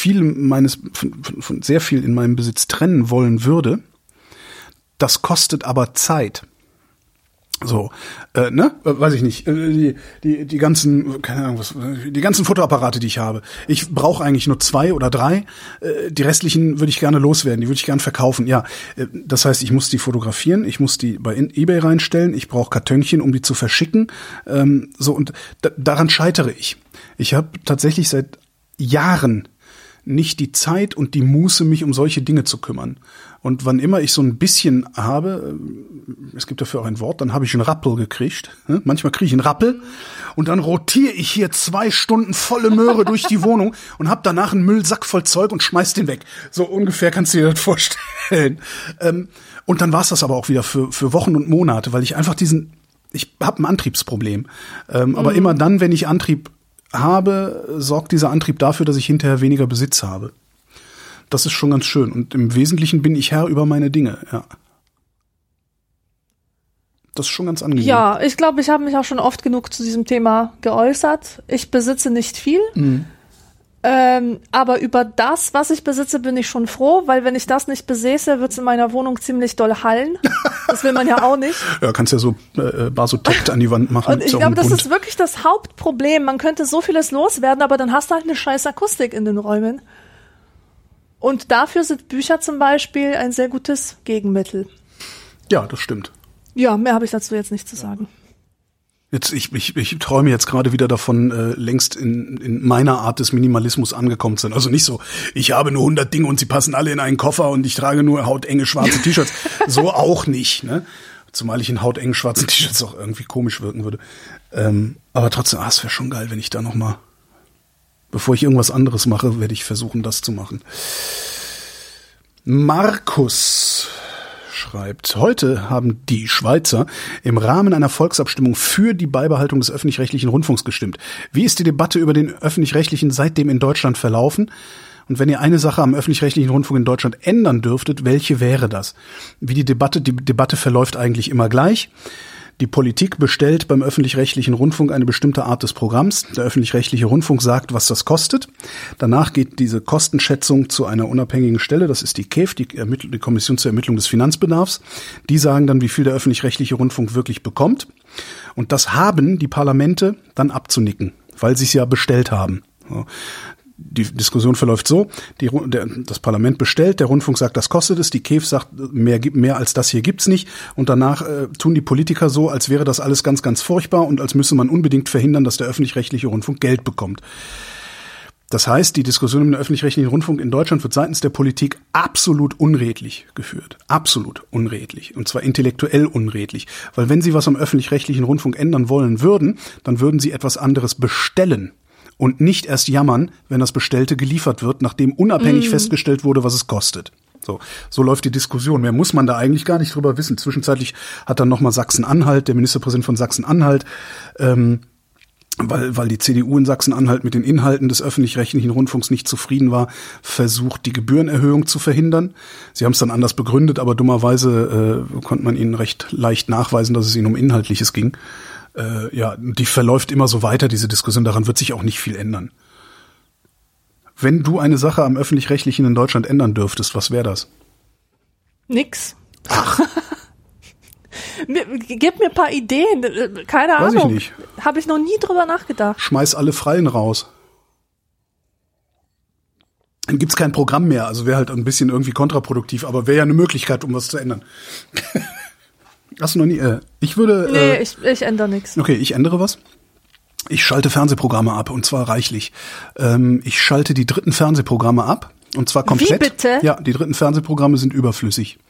von sehr viel in meinem Besitz trennen wollen würde. Das kostet aber Zeit. So, weiß ich nicht, die ganzen, keine Ahnung was, die ganzen Fotoapparate, die ich habe. Ich brauche eigentlich nur 2 oder 3. Die restlichen würde ich gerne loswerden, die würde ich gerne verkaufen. Ja, das heißt, ich muss die fotografieren, ich muss die bei eBay reinstellen, ich brauche Kartönchen, um die zu verschicken. So, und daran scheitere ich. Ich habe tatsächlich seit Jahren nicht die Zeit und die Muße, mich um solche Dinge zu kümmern. Und wann immer ich so ein bisschen habe, es gibt dafür auch ein Wort, dann habe ich einen Rappel gekriegt. Manchmal kriege ich einen Rappel und dann rotiere ich hier 2 Stunden volle Möhre durch die Wohnung und habe danach einen Müllsack voll Zeug und schmeiß den weg. So ungefähr kannst du dir das vorstellen. Und dann war es das aber auch wieder für Wochen und Monate, weil ich einfach ich habe ein Antriebsproblem. Aber immer dann, wenn ich Antrieb habe, sorgt dieser Antrieb dafür, dass ich hinterher weniger Besitz habe. Das ist schon ganz schön. Und im Wesentlichen bin ich Herr über meine Dinge, ja. Das ist schon ganz angenehm. Ja, ich glaube, ich habe mich auch schon oft genug zu diesem Thema geäußert. Ich besitze nicht viel. Mhm. Aber über das, was ich besitze, bin ich schon froh, weil wenn ich das nicht besäße, wird es in meiner Wohnung ziemlich doll hallen. Das will man ja auch nicht. Ja, kannst ja so Basotekt an die Wand machen. Und ich glaube, das ist wirklich das Hauptproblem. Man könnte so vieles loswerden, aber dann hast du halt eine scheiß Akustik in den Räumen. Und dafür sind Bücher zum Beispiel ein sehr gutes Gegenmittel. Ja, das stimmt. Ja, mehr habe ich dazu jetzt nicht zu sagen. Jetzt, ich träume jetzt gerade wieder davon, längst in meiner Art des Minimalismus angekommen zu sein. Also nicht so, ich habe nur 100 Dinge und sie passen alle in einen Koffer und ich trage nur hautenge schwarze T-Shirts. So auch nicht, ne? Zumal ich in hautengen schwarzen T-Shirts auch irgendwie komisch wirken würde. Aber trotzdem, es wäre schon geil, wenn ich da nochmal, bevor ich irgendwas anderes mache, werde ich versuchen, das zu machen. Markus schreibt, heute haben die Schweizer im Rahmen einer Volksabstimmung für die Beibehaltung des öffentlich-rechtlichen Rundfunks gestimmt. Wie ist die Debatte über den öffentlich-rechtlichen seitdem in Deutschland verlaufen? Und wenn ihr eine Sache am öffentlich-rechtlichen Rundfunk in Deutschland ändern dürftet, welche wäre das? Die Debatte verläuft eigentlich immer gleich. Die Politik bestellt beim öffentlich-rechtlichen Rundfunk eine bestimmte Art des Programms. Der öffentlich-rechtliche Rundfunk sagt, was das kostet. Danach geht diese Kostenschätzung zu einer unabhängigen Stelle. Das ist die KEF, die Kommission zur Ermittlung des Finanzbedarfs. Die sagen dann, wie viel der öffentlich-rechtliche Rundfunk wirklich bekommt. Und das haben die Parlamente dann abzunicken, weil sie es ja bestellt haben. Die Diskussion verläuft so, das Parlament bestellt, der Rundfunk sagt, das kostet es, die KEF sagt, mehr als das hier gibt's nicht und danach tun die Politiker so, als wäre das alles ganz, ganz furchtbar und als müsse man unbedingt verhindern, dass der öffentlich-rechtliche Rundfunk Geld bekommt. Das heißt, die Diskussion um den öffentlich-rechtlichen Rundfunk in Deutschland wird seitens der Politik absolut unredlich geführt. Absolut unredlich. Und zwar intellektuell unredlich. Weil wenn sie was am öffentlich-rechtlichen Rundfunk ändern wollen würden, dann würden sie etwas anderes bestellen. Und nicht erst jammern, wenn das Bestellte geliefert wird, nachdem unabhängig festgestellt wurde, was es kostet. So läuft die Diskussion. Mehr muss man da eigentlich gar nicht drüber wissen. Zwischenzeitlich hat dann nochmal Sachsen-Anhalt, der Ministerpräsident von Sachsen-Anhalt, weil die CDU in Sachsen-Anhalt mit den Inhalten des öffentlich-rechtlichen Rundfunks nicht zufrieden war, versucht, die Gebührenerhöhung zu verhindern. Sie haben es dann anders begründet, aber dummerweise konnte man ihnen recht leicht nachweisen, dass es ihnen um Inhaltliches ging. Die verläuft immer so weiter, diese Diskussion, daran wird sich auch nicht viel ändern. Wenn du eine Sache am Öffentlich-Rechtlichen in Deutschland ändern dürftest, was wäre das? Nix. Ach. Gib mir ein paar Ideen, keine Ahnung. Weiß ich nicht. Habe ich noch nie drüber nachgedacht. Schmeiß alle Freien raus. Dann gibt's kein Programm mehr, also wäre halt ein bisschen irgendwie kontraproduktiv, aber wäre ja eine Möglichkeit, um was zu ändern. Hast du noch nie? Ich würde. Nee, ich ändere nichts. Okay, ich ändere was. Ich schalte Fernsehprogramme ab und zwar reichlich. Ich schalte die dritten Fernsehprogramme ab und zwar komplett. Wie bitte? Ja, die dritten Fernsehprogramme sind überflüssig.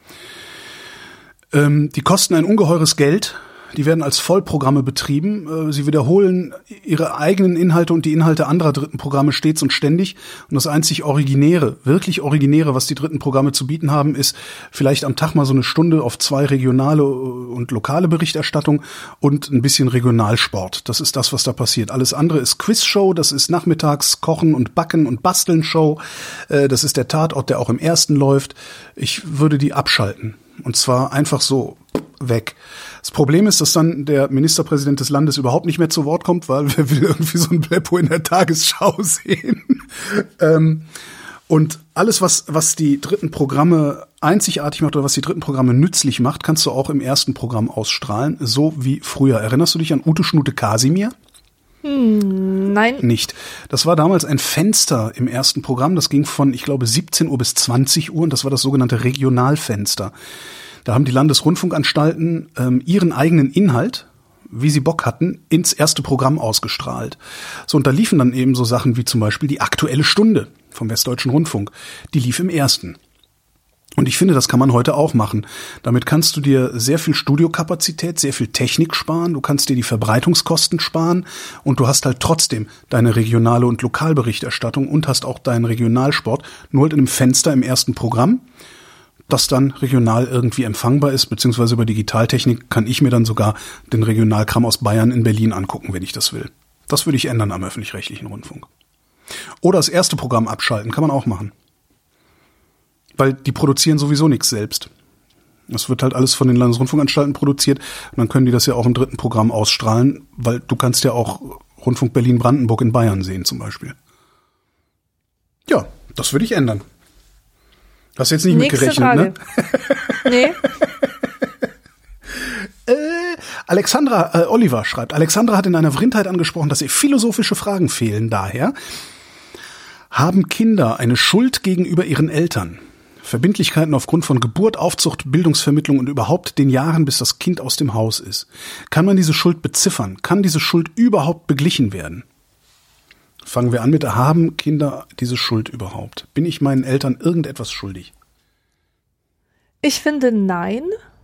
Die kosten ein ungeheures Geld. Die werden als Vollprogramme betrieben. Sie wiederholen ihre eigenen Inhalte und die Inhalte anderer dritten Programme stets und ständig. Und das einzig Originäre, wirklich Originäre, was die dritten Programme zu bieten haben, ist vielleicht am Tag mal so eine Stunde auf 2 regionale und lokale Berichterstattung und ein bisschen Regionalsport. Das ist das, was da passiert. Alles andere ist Quizshow, das ist nachmittags Kochen und Backen und Basteln Show. Das ist der Tatort, der auch im Ersten läuft. Ich würde die abschalten. Und zwar einfach so weg. Das Problem ist, dass dann der Ministerpräsident des Landes überhaupt nicht mehr zu Wort kommt, weil wer will irgendwie so ein Bleppo in der Tagesschau sehen. Und alles, was die dritten Programme einzigartig macht oder was die dritten Programme nützlich macht, kannst du auch im ersten Programm ausstrahlen, so wie früher. Erinnerst du dich an Ute Schnute Kasimir? Nein. Nicht. Das war damals ein Fenster im ersten Programm. Das ging von, ich glaube, 17 Uhr bis 20 Uhr und das war das sogenannte Regionalfenster. Da haben die Landesrundfunkanstalten ihren eigenen Inhalt, wie sie Bock hatten, ins erste Programm ausgestrahlt. So, und da liefen dann eben so Sachen wie zum Beispiel die Aktuelle Stunde vom Westdeutschen Rundfunk. Die lief im ersten. Und ich finde, das kann man heute auch machen. Damit kannst du dir sehr viel Studiokapazität, sehr viel Technik sparen, du kannst dir die Verbreitungskosten sparen und du hast halt trotzdem deine regionale und Lokalberichterstattung und hast auch deinen Regionalsport, nur halt in einem Fenster im ersten Programm, das dann regional irgendwie empfangbar ist, beziehungsweise über Digitaltechnik kann ich mir dann sogar den Regionalkram aus Bayern in Berlin angucken, wenn ich das will. Das würde ich ändern am öffentlich-rechtlichen Rundfunk. Oder das erste Programm abschalten, kann man auch machen. Weil die produzieren sowieso nichts selbst. Das wird halt alles von den Landesrundfunkanstalten produziert und dann können die das ja auch im dritten Programm ausstrahlen, weil du kannst ja auch Rundfunk Berlin-Brandenburg in Bayern sehen zum Beispiel. Ja, das würde ich ändern. Hast du jetzt nicht mitgerechnet, ne? Nee. Oliver schreibt, Alexandra hat in einer Vrindheit angesprochen, dass ihr philosophische Fragen fehlen. Daher haben Kinder eine Schuld gegenüber ihren Eltern. Verbindlichkeiten aufgrund von Geburt, Aufzucht, Bildungsvermittlung und überhaupt den Jahren, bis das Kind aus dem Haus ist. Kann man diese Schuld beziffern? Kann diese Schuld überhaupt beglichen werden? Fangen wir an mit, haben Kinder diese Schuld überhaupt? Bin ich meinen Eltern irgendetwas schuldig? Ich finde nein.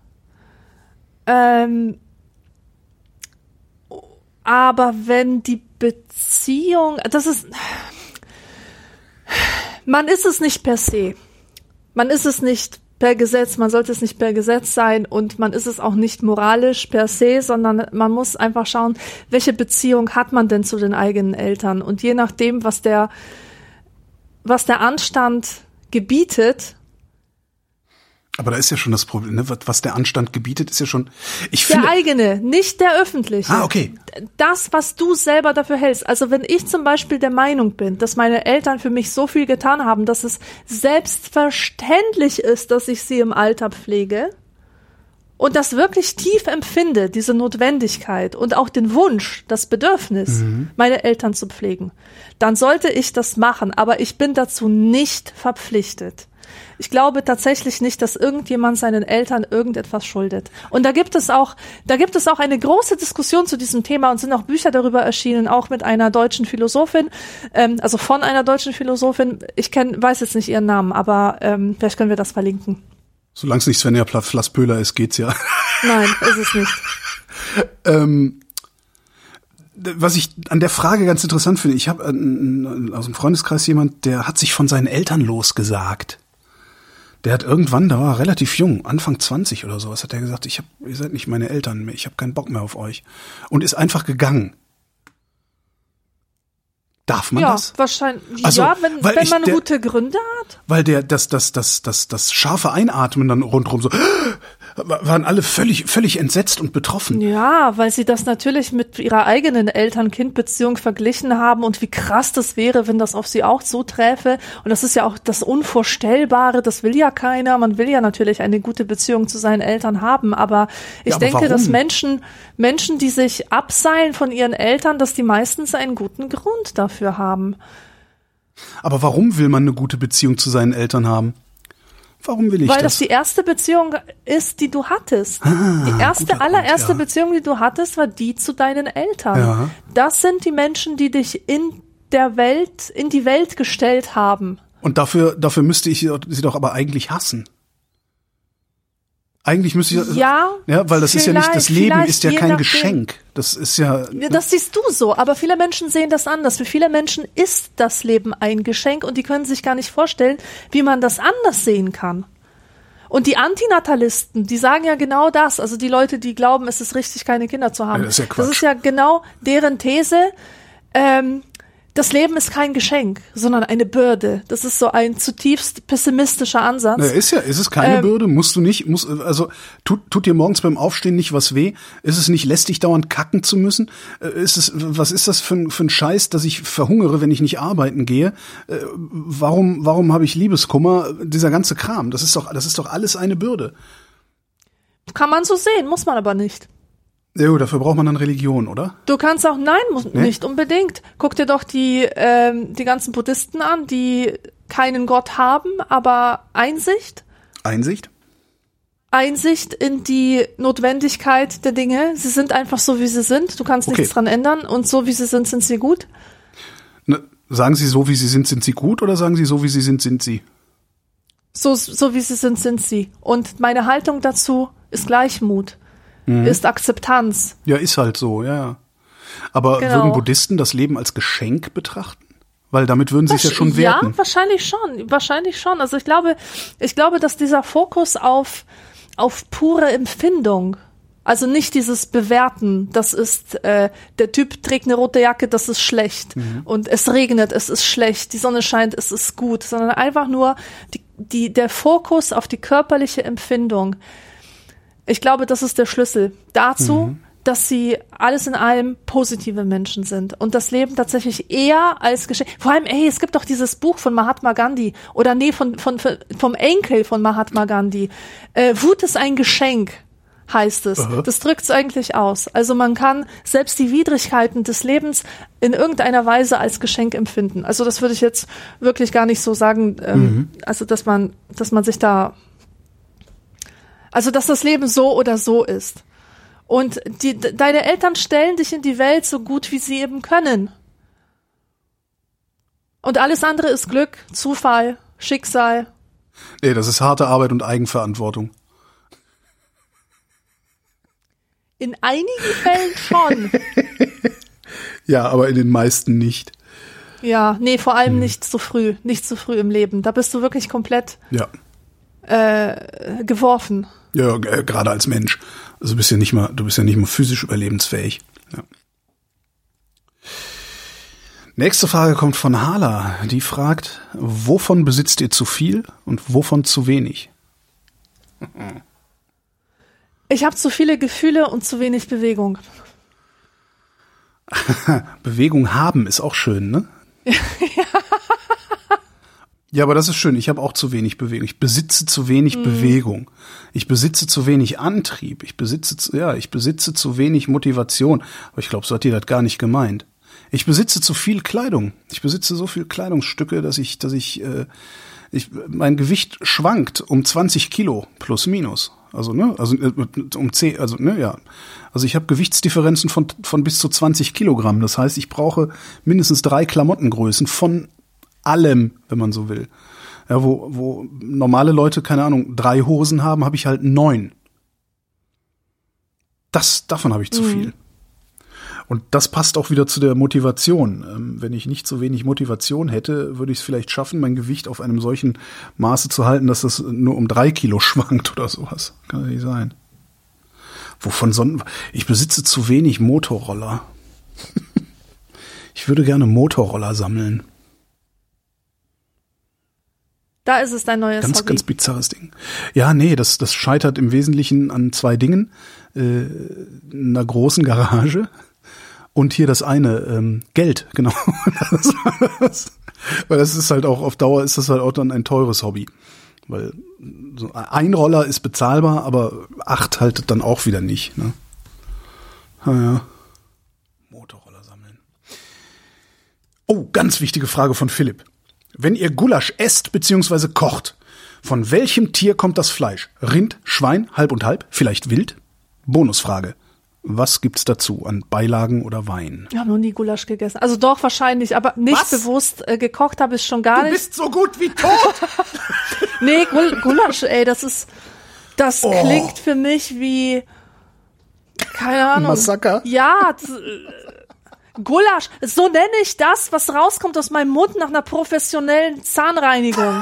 Aber wenn die Beziehung, man ist es nicht per se. Man ist es nicht per Gesetz, man sollte es nicht per Gesetz sein und man ist es auch nicht moralisch per se, sondern man muss einfach schauen, welche Beziehung hat man denn zu den eigenen Eltern. Und je nachdem, was der Anstand gebietet. Aber da ist ja schon das Problem, ne? Was der Anstand gebietet, ist ja schon. Der eigene, nicht der öffentliche. Ah, okay. Das, was du selber dafür hältst. Also wenn ich zum Beispiel der Meinung bin, dass meine Eltern für mich so viel getan haben, dass es selbstverständlich ist, dass ich sie im Alter pflege und das wirklich tief empfinde, diese Notwendigkeit und auch den Wunsch, das Bedürfnis, meine Eltern zu pflegen, dann sollte ich das machen. Aber ich bin dazu nicht verpflichtet. Ich glaube tatsächlich nicht, dass irgendjemand seinen Eltern irgendetwas schuldet. Und da gibt es auch eine große Diskussion zu diesem Thema und sind auch Bücher darüber erschienen, auch mit einer deutschen Philosophin, also von einer deutschen Philosophin. Ich weiß jetzt nicht ihren Namen, aber vielleicht können wir das verlinken. Solange es nicht Svenja Flasspöhler ist, geht's ja. Nein, ist es nicht. Was ich an der Frage ganz interessant finde, ich habe aus dem Freundeskreis jemand, der hat sich von seinen Eltern losgesagt. Der hat irgendwann, da war er relativ jung, Anfang 20 oder sowas, hat er gesagt, ihr seid nicht meine Eltern mehr, ich habe keinen Bock mehr auf euch. Und ist einfach gegangen. Darf man das? Ja, wahrscheinlich. Also, ja, wenn man gute Gründe hat. Weil das scharfe Einatmen dann rundherum so, waren alle völlig entsetzt und betroffen. Ja, weil sie das natürlich mit ihrer eigenen Eltern-Kind-Beziehung verglichen haben und wie krass das wäre, wenn das auf sie auch zuträfe. Und das ist ja auch das Unvorstellbare, das will ja keiner. Man will ja natürlich eine gute Beziehung zu seinen Eltern haben, aber ich denke, warum? dass Menschen, die sich abseilen von ihren Eltern, dass die meistens einen guten Grund dafür haben. Aber warum will man eine gute Beziehung zu seinen Eltern haben? Warum will ich das? Weil das die erste Beziehung ist, die du hattest. Die allererste Beziehung, die du hattest, war die zu deinen Eltern. Ja. Das sind die Menschen, die dich in die Welt gestellt haben. Und dafür müsste ich sie doch aber eigentlich hassen. Eigentlich müsste ich weil das ist ja nicht, das Leben ist ja kein Geschenk. Das ist ja. Das siehst du so, aber viele Menschen sehen das anders. Für viele Menschen ist das Leben ein Geschenk und die können sich gar nicht vorstellen, wie man das anders sehen kann. Und die Antinatalisten, die sagen ja genau das. Also die Leute, die glauben, es ist richtig, keine Kinder zu haben. Ja, das ist ja Quatsch. Das ist ja genau deren These. Das Leben ist kein Geschenk, sondern eine Bürde. Das ist so ein zutiefst pessimistischer Ansatz. Ist es keine Bürde? Tut dir morgens beim Aufstehen nicht was weh? Ist es nicht lästig, dauernd kacken zu müssen? Was ist das für ein Scheiß, dass ich verhungere, wenn ich nicht arbeiten gehe? Warum habe ich Liebeskummer? Dieser ganze Kram, das ist doch alles eine Bürde. Kann man so sehen, muss man aber nicht. Ja, dafür braucht man dann Religion, oder? Du kannst auch, nicht unbedingt. Guck dir doch die ganzen Buddhisten an, die keinen Gott haben, aber Einsicht. Einsicht? Einsicht in die Notwendigkeit der Dinge. Sie sind einfach so, wie sie sind. Du kannst nichts dran ändern. Und so, wie sie sind sie gut. Sagen Sie, so wie sie sind sie gut? Oder sagen Sie, so wie sie sind sie? So wie sie sind sie. Und meine Haltung dazu ist Gleichmut. Ist Akzeptanz. Ja, ist halt so, ja. Aber würden Buddhisten das Leben als Geschenk betrachten? Weil damit würden sie es ja schon werten. Ja, wahrscheinlich schon. Also ich glaube, dass dieser Fokus auf pure Empfindung, also nicht dieses Bewerten, das ist, der Typ trägt eine rote Jacke, das ist schlecht. Und es regnet, es ist schlecht. Die Sonne scheint, es ist gut. Sondern einfach nur der Fokus auf die körperliche Empfindung. Ich glaube, das ist der Schlüssel dazu, dass sie alles in allem positive Menschen sind und das Leben tatsächlich eher als Geschenk. Vor allem, es gibt doch dieses Buch von Mahatma Gandhi vom Enkel von Mahatma Gandhi. Wut ist ein Geschenk. heißt es. Das drückt es eigentlich aus. Also man kann selbst die Widrigkeiten des Lebens in irgendeiner Weise als Geschenk empfinden. Also das würde ich jetzt wirklich gar nicht so sagen, also dass man sich da, also dass das Leben so oder so ist. Und deine Eltern stellen dich in die Welt so gut, wie sie eben können. Und alles andere ist Glück, Zufall, Schicksal. Nee, das ist harte Arbeit und Eigenverantwortung. In einigen Fällen schon. Ja, aber in den meisten nicht. Ja, nee, vor allem nicht so früh im Leben. Da bist du wirklich komplett geworfen. Ja, gerade als Mensch. Also du bist ja nicht mal physisch überlebensfähig. Ja. Nächste Frage kommt von Hala. Die fragt, wovon besitzt ihr zu viel und wovon zu wenig? Ich habe zu viele Gefühle und zu wenig Bewegung. Bewegung haben ist auch schön, ne? Ja, aber das ist schön. Ich habe auch zu wenig Bewegung. Ich besitze zu wenig Bewegung. Ich besitze zu wenig Antrieb. Ich besitze zu wenig Motivation. Aber ich glaube, so hat die das gar nicht gemeint. Ich besitze zu viel Kleidung. Ich besitze so viel Kleidungsstücke, dass mein Gewicht schwankt um 20 Kilo plus minus. Also ich habe Gewichtsdifferenzen von bis zu 20 Kilogramm. Das heißt, ich brauche mindestens 3 Klamottengrößen von allem, wenn man so will. Ja, wo normale Leute, keine Ahnung, 3 Hosen haben, habe ich halt 9. Davon habe ich zu viel. Und das passt auch wieder zu der Motivation. Wenn ich nicht so wenig Motivation hätte, würde ich es vielleicht schaffen, mein Gewicht auf einem solchen Maße zu halten, dass das nur um 3 Kilo schwankt oder sowas. Kann ja nicht sein. Ich besitze zu wenig Motorroller. Ich würde gerne Motorroller sammeln. Da ist es dein neues Hobby. Ganz bizarres Ding. Ja, nee, das scheitert im Wesentlichen an 2 Dingen. Einer großen Garage und hier das eine, Geld, genau. Weil das ist halt auch, auf Dauer ist das halt auch dann ein teures Hobby. Weil so ein Roller ist bezahlbar, aber 8 haltet dann auch wieder nicht, ne? Ja. Motorroller sammeln. Oh, ganz wichtige Frage von Philipp. Wenn ihr Gulasch esst bzw. kocht, von welchem Tier kommt das Fleisch? Rind, Schwein, halb und halb, vielleicht wild? Bonusfrage. Was gibt's dazu an Beilagen oder Wein? Ich habe noch nie Gulasch gegessen. Also doch, wahrscheinlich, aber nicht bewusst. Gekocht habe ich schon gar nicht. Du bist so gut wie tot! Nee, Gulasch, ey, das klingt für mich wie, keine Ahnung. Massaker? Ja, Gulasch, so nenne ich das, was rauskommt aus meinem Mund nach einer professionellen Zahnreinigung.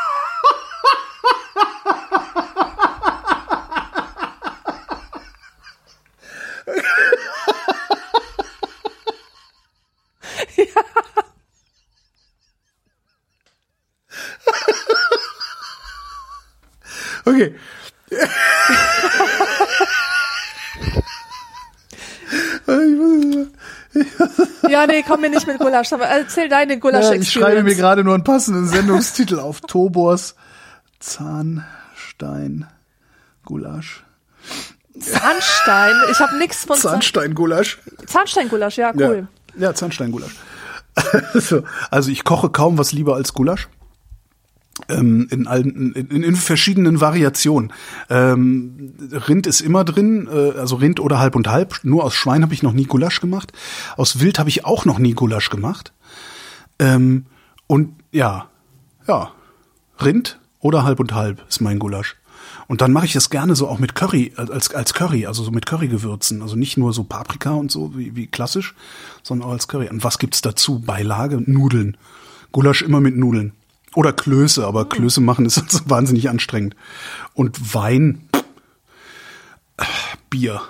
Ja. Okay. Ja, nee, komm mir nicht mit Gulasch, aber erzähl deine Gulasch-Experience. Ich schreibe mir gerade nur einen passenden Sendungstitel auf. Tobors Zahnstein Gulasch. Zahnstein? Ich habe nichts von Zahnstein-Gulasch. Zahnstein-Gulasch, ja, cool. Ja, Zahnstein-Gulasch. Also ich koche kaum was lieber als Gulasch. In verschiedenen Variationen. Rind ist immer drin, also Rind oder halb und halb. Nur aus Schwein habe ich noch nie Gulasch gemacht. Aus Wild habe ich auch noch nie Gulasch gemacht. Und ja, Rind oder halb und halb ist mein Gulasch. Und dann mache ich das gerne so auch mit Curry, als Curry, also so mit Currygewürzen. Also nicht nur so Paprika und so wie klassisch, sondern auch als Curry. Und was gibt's dazu? Beilage? Nudeln. Gulasch immer mit Nudeln. Oder Klöße, aber Klöße machen ist so wahnsinnig anstrengend. Und Wein, Bier.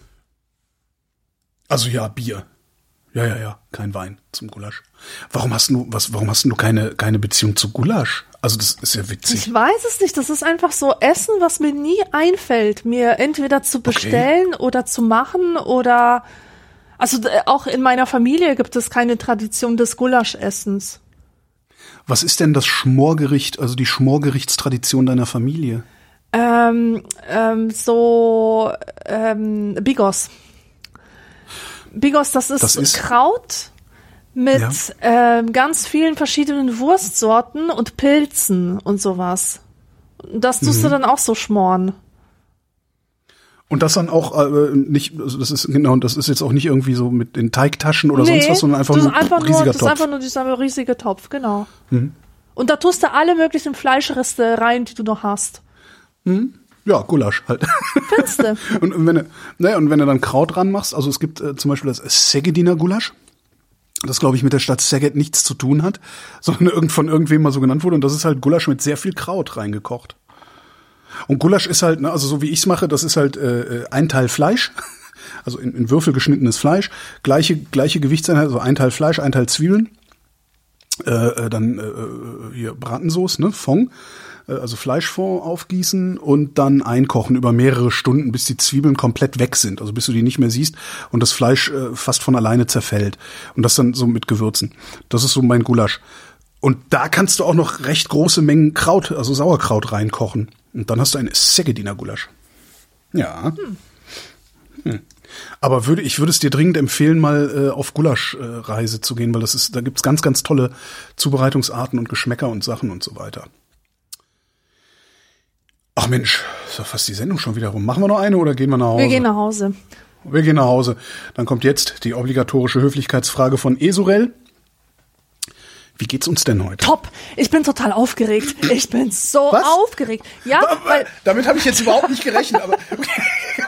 Also ja, Bier. Ja, kein Wein zum Gulasch. Warum hast du keine Beziehung zu Gulasch? Also das ist ja witzig. Ich weiß es nicht, das ist einfach so Essen, was mir nie einfällt, mir entweder zu bestellen oder zu machen oder, also auch in meiner Familie gibt es keine Tradition des Gulaschessens. Was ist denn das Schmorgericht, also die Schmorgerichtstradition deiner Familie? Bigos. Bigos, das ist Kraut mit ganz vielen verschiedenen Wurstsorten und Pilzen und sowas. Das tust du dann auch so schmoren. Und das dann auch nicht, also das ist jetzt auch nicht irgendwie so mit den Teigtaschen oder sonst was, sondern einfach nur ein riesiger Topf. Das ist einfach nur dieser riesige Topf, genau. Mhm. Und da tust du alle möglichen Fleischreste rein, die du noch hast. Mhm. Ja, Gulasch halt. Findest du? Und wenn du dann Kraut ranmachst, also es gibt zum Beispiel das Szegediner Gulasch, das, glaube ich, mit der Stadt Szeged nichts zu tun hat, sondern von irgendwem mal so genannt wurde. Und das ist halt Gulasch mit sehr viel Kraut reingekocht. Und Gulasch ist halt, also so wie ich's mache, das ist halt ein Teil Fleisch, also in Würfel geschnittenes Fleisch, gleiche Gewichtseinheit, also ein Teil Fleisch, ein Teil Zwiebeln, dann hier Bratensoße, ne, Fond, also Fleischfond aufgießen und dann einkochen über mehrere Stunden, bis die Zwiebeln komplett weg sind, also bis du die nicht mehr siehst und das Fleisch fast von alleine zerfällt und das dann so mit Gewürzen. Das ist so mein Gulasch. Und da kannst du auch noch recht große Mengen Kraut, also Sauerkraut reinkochen. Und dann hast du ein Szegediner Gulasch. Ja. Aber ich würde es dir dringend empfehlen, mal auf Gulaschreise zu gehen, weil da gibt's ganz, ganz tolle Zubereitungsarten und Geschmäcker und Sachen und so weiter. Ach Mensch, ist doch fast die Sendung schon wieder rum. Machen wir noch eine oder gehen wir nach Hause? Wir gehen nach Hause. Wir gehen nach Hause. Dann kommt jetzt die obligatorische Höflichkeitsfrage von Esurel. Wie geht's uns denn heute? Top! Ich bin total aufgeregt. Ich bin so aufgeregt. Ja, weil damit habe ich jetzt überhaupt nicht gerechnet, aber okay.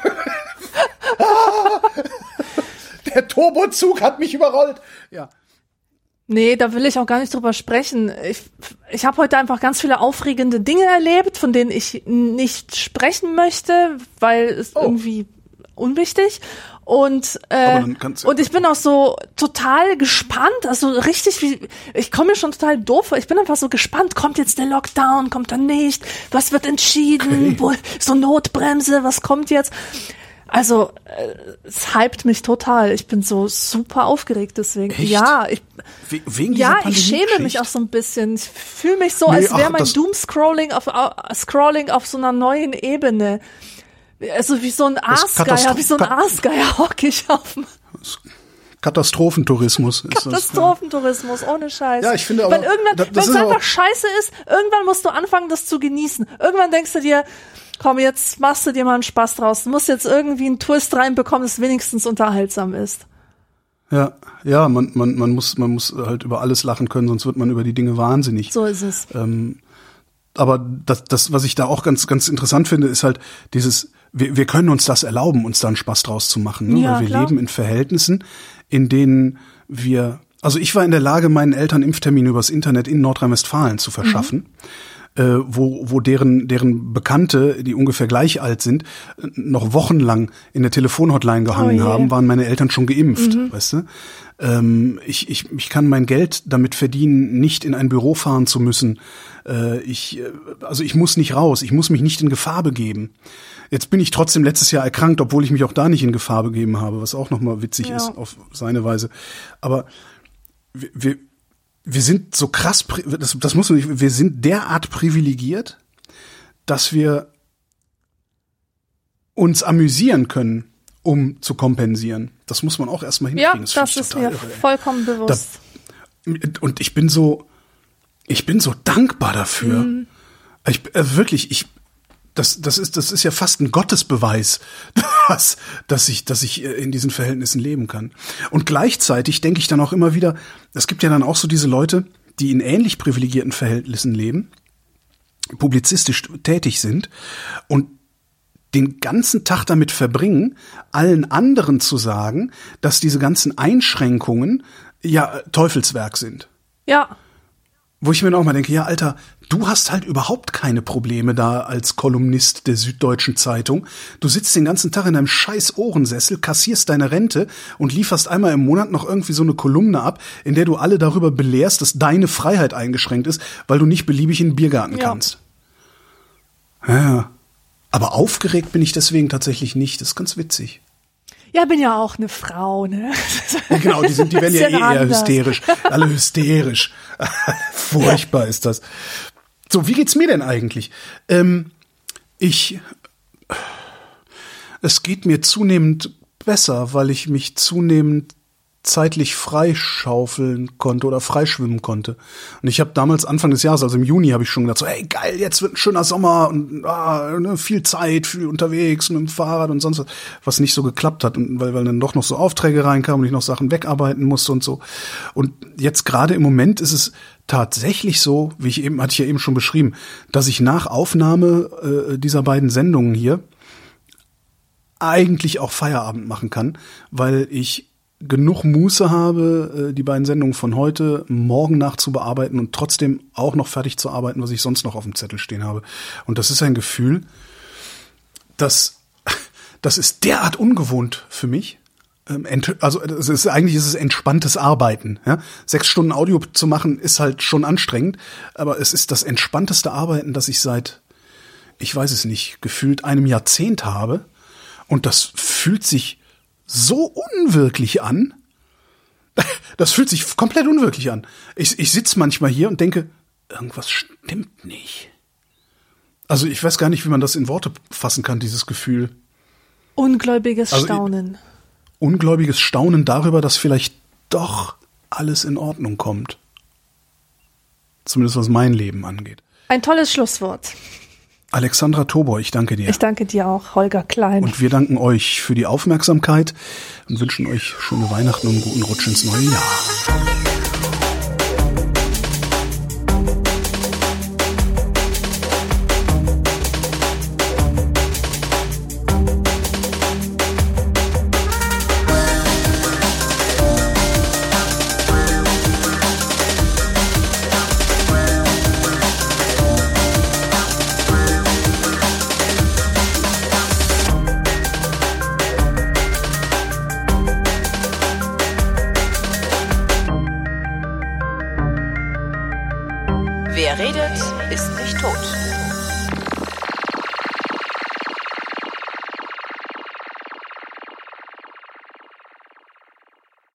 Der Turbozug hat mich überrollt. Ja. Nee, da will ich auch gar nicht drüber sprechen. Ich habe heute einfach ganz viele aufregende Dinge erlebt, von denen ich nicht sprechen möchte, weil es irgendwie unwichtig. Und ich bin auch so total gespannt, also richtig, ich komme mir schon total doof vor, ich bin einfach so gespannt, kommt jetzt der Lockdown, kommt er nicht, was wird entschieden, so Notbremse, was kommt jetzt? Also, es hypt mich total, ich bin so super aufgeregt deswegen. Echt? Ja, wegen dieser ich schäme mich auch so ein bisschen, ich fühle mich so, als wäre mein Doomscrolling auf so einer neuen Ebene. Also wie so ein Aasgeier hocke ich auf dem Katastrophentourismus. Katastrophentourismus, ohne Scheiß. Ja, ich finde aber, wenn es einfach scheiße ist, irgendwann musst du anfangen, das zu genießen. Irgendwann denkst du dir, komm, jetzt machst du dir mal einen Spaß draus. Du musst jetzt irgendwie einen Twist reinbekommen, das wenigstens unterhaltsam ist. Ja, man muss halt über alles lachen können, sonst wird man über die Dinge wahnsinnig. So ist es. Aber das, was ich da auch ganz, ganz interessant finde, ist halt dieses, wir können uns das erlauben, uns da einen Spaß draus zu machen, ne? Ja, weil wir klar. leben in Verhältnissen, in denen also ich war in der Lage, meinen Eltern Impftermine übers Internet in Nordrhein-Westfalen zu verschaffen, wo deren Bekannte, die ungefähr gleich alt sind, noch wochenlang in der Telefonhotline gehangen haben, waren meine Eltern schon geimpft, weißt du? Ich kann mein Geld damit verdienen, nicht in ein Büro fahren zu müssen. Ich muss nicht raus, ich muss mich nicht in Gefahr begeben. Jetzt bin ich trotzdem letztes Jahr erkrankt, obwohl ich mich auch da nicht in Gefahr begeben habe, was auch nochmal witzig ist auf seine Weise. Aber wir sind so krass, das muss man nicht, wir sind derart privilegiert, dass wir uns amüsieren können, um zu kompensieren. Das muss man auch erstmal hinkriegen. Ja, das ist mir vollkommen bewusst. Und ich bin so dankbar dafür. Das ist ja fast ein Gottesbeweis, dass ich in diesen Verhältnissen leben kann. Und gleichzeitig denke ich dann auch immer wieder, es gibt ja dann auch so diese Leute, die in ähnlich privilegierten Verhältnissen leben, publizistisch tätig sind und den ganzen Tag damit verbringen, allen anderen zu sagen, dass diese ganzen Einschränkungen ja Teufelswerk sind. Ja. Wo ich mir dann auch mal denke, ja, Alter, du hast halt überhaupt keine Probleme da als Kolumnist der Süddeutschen Zeitung. Du sitzt den ganzen Tag in deinem scheiß Ohrensessel, kassierst deine Rente und lieferst einmal im Monat noch irgendwie so eine Kolumne ab, in der du alle darüber belehrst, dass deine Freiheit eingeschränkt ist, weil du nicht beliebig in den Biergarten kannst. Ja. Aber aufgeregt bin ich deswegen tatsächlich nicht. Das ist ganz witzig. Ja, bin ja auch eine Frau, ne? Ja, genau, die werden ja eher hysterisch. Alle hysterisch. Furchtbar ist das. So, wie geht's mir denn eigentlich? Es geht mir zunehmend besser, weil ich mich zunehmend zeitlich freischaufeln konnte oder freischwimmen konnte. Und ich habe damals Anfang des Jahres, also im Juni, habe ich schon gedacht, so, hey geil, jetzt wird ein schöner Sommer und viel Zeit, viel unterwegs mit dem Fahrrad und sonst was nicht so geklappt hat, und weil dann doch noch so Aufträge reinkamen und ich noch Sachen wegarbeiten musste und so. Und jetzt gerade im Moment ist es tatsächlich so, hatte ich ja eben schon beschrieben, dass ich nach Aufnahme dieser beiden Sendungen hier eigentlich auch Feierabend machen kann, weil ich genug Muße habe, die beiden Sendungen von heute morgen nachzubearbeiten und trotzdem auch noch fertig zu arbeiten, was ich sonst noch auf dem Zettel stehen habe. Und das ist ein Gefühl, das ist derart ungewohnt für mich. Also eigentlich ist es entspanntes Arbeiten. Ja? 6 Stunden Audio zu machen ist halt schon anstrengend, aber es ist das entspannteste Arbeiten, das ich seit, ich weiß es nicht, gefühlt einem Jahrzehnt habe. Und das fühlt sich so unwirklich an. Das fühlt sich komplett unwirklich an. Ich sitze manchmal hier und denke, irgendwas stimmt nicht. Also ich weiß gar nicht, wie man das in Worte fassen kann, dieses Gefühl. Ungläubiges Staunen. Ungläubiges Staunen darüber, dass vielleicht doch alles in Ordnung kommt. Zumindest was mein Leben angeht. Ein tolles Schlusswort. Alexandra Tobor, ich danke dir. Ich danke dir auch, Holger Klein. Und wir danken euch für die Aufmerksamkeit und wünschen euch schöne Weihnachten und einen guten Rutsch ins neue Jahr. Wer redet, ist nicht tot.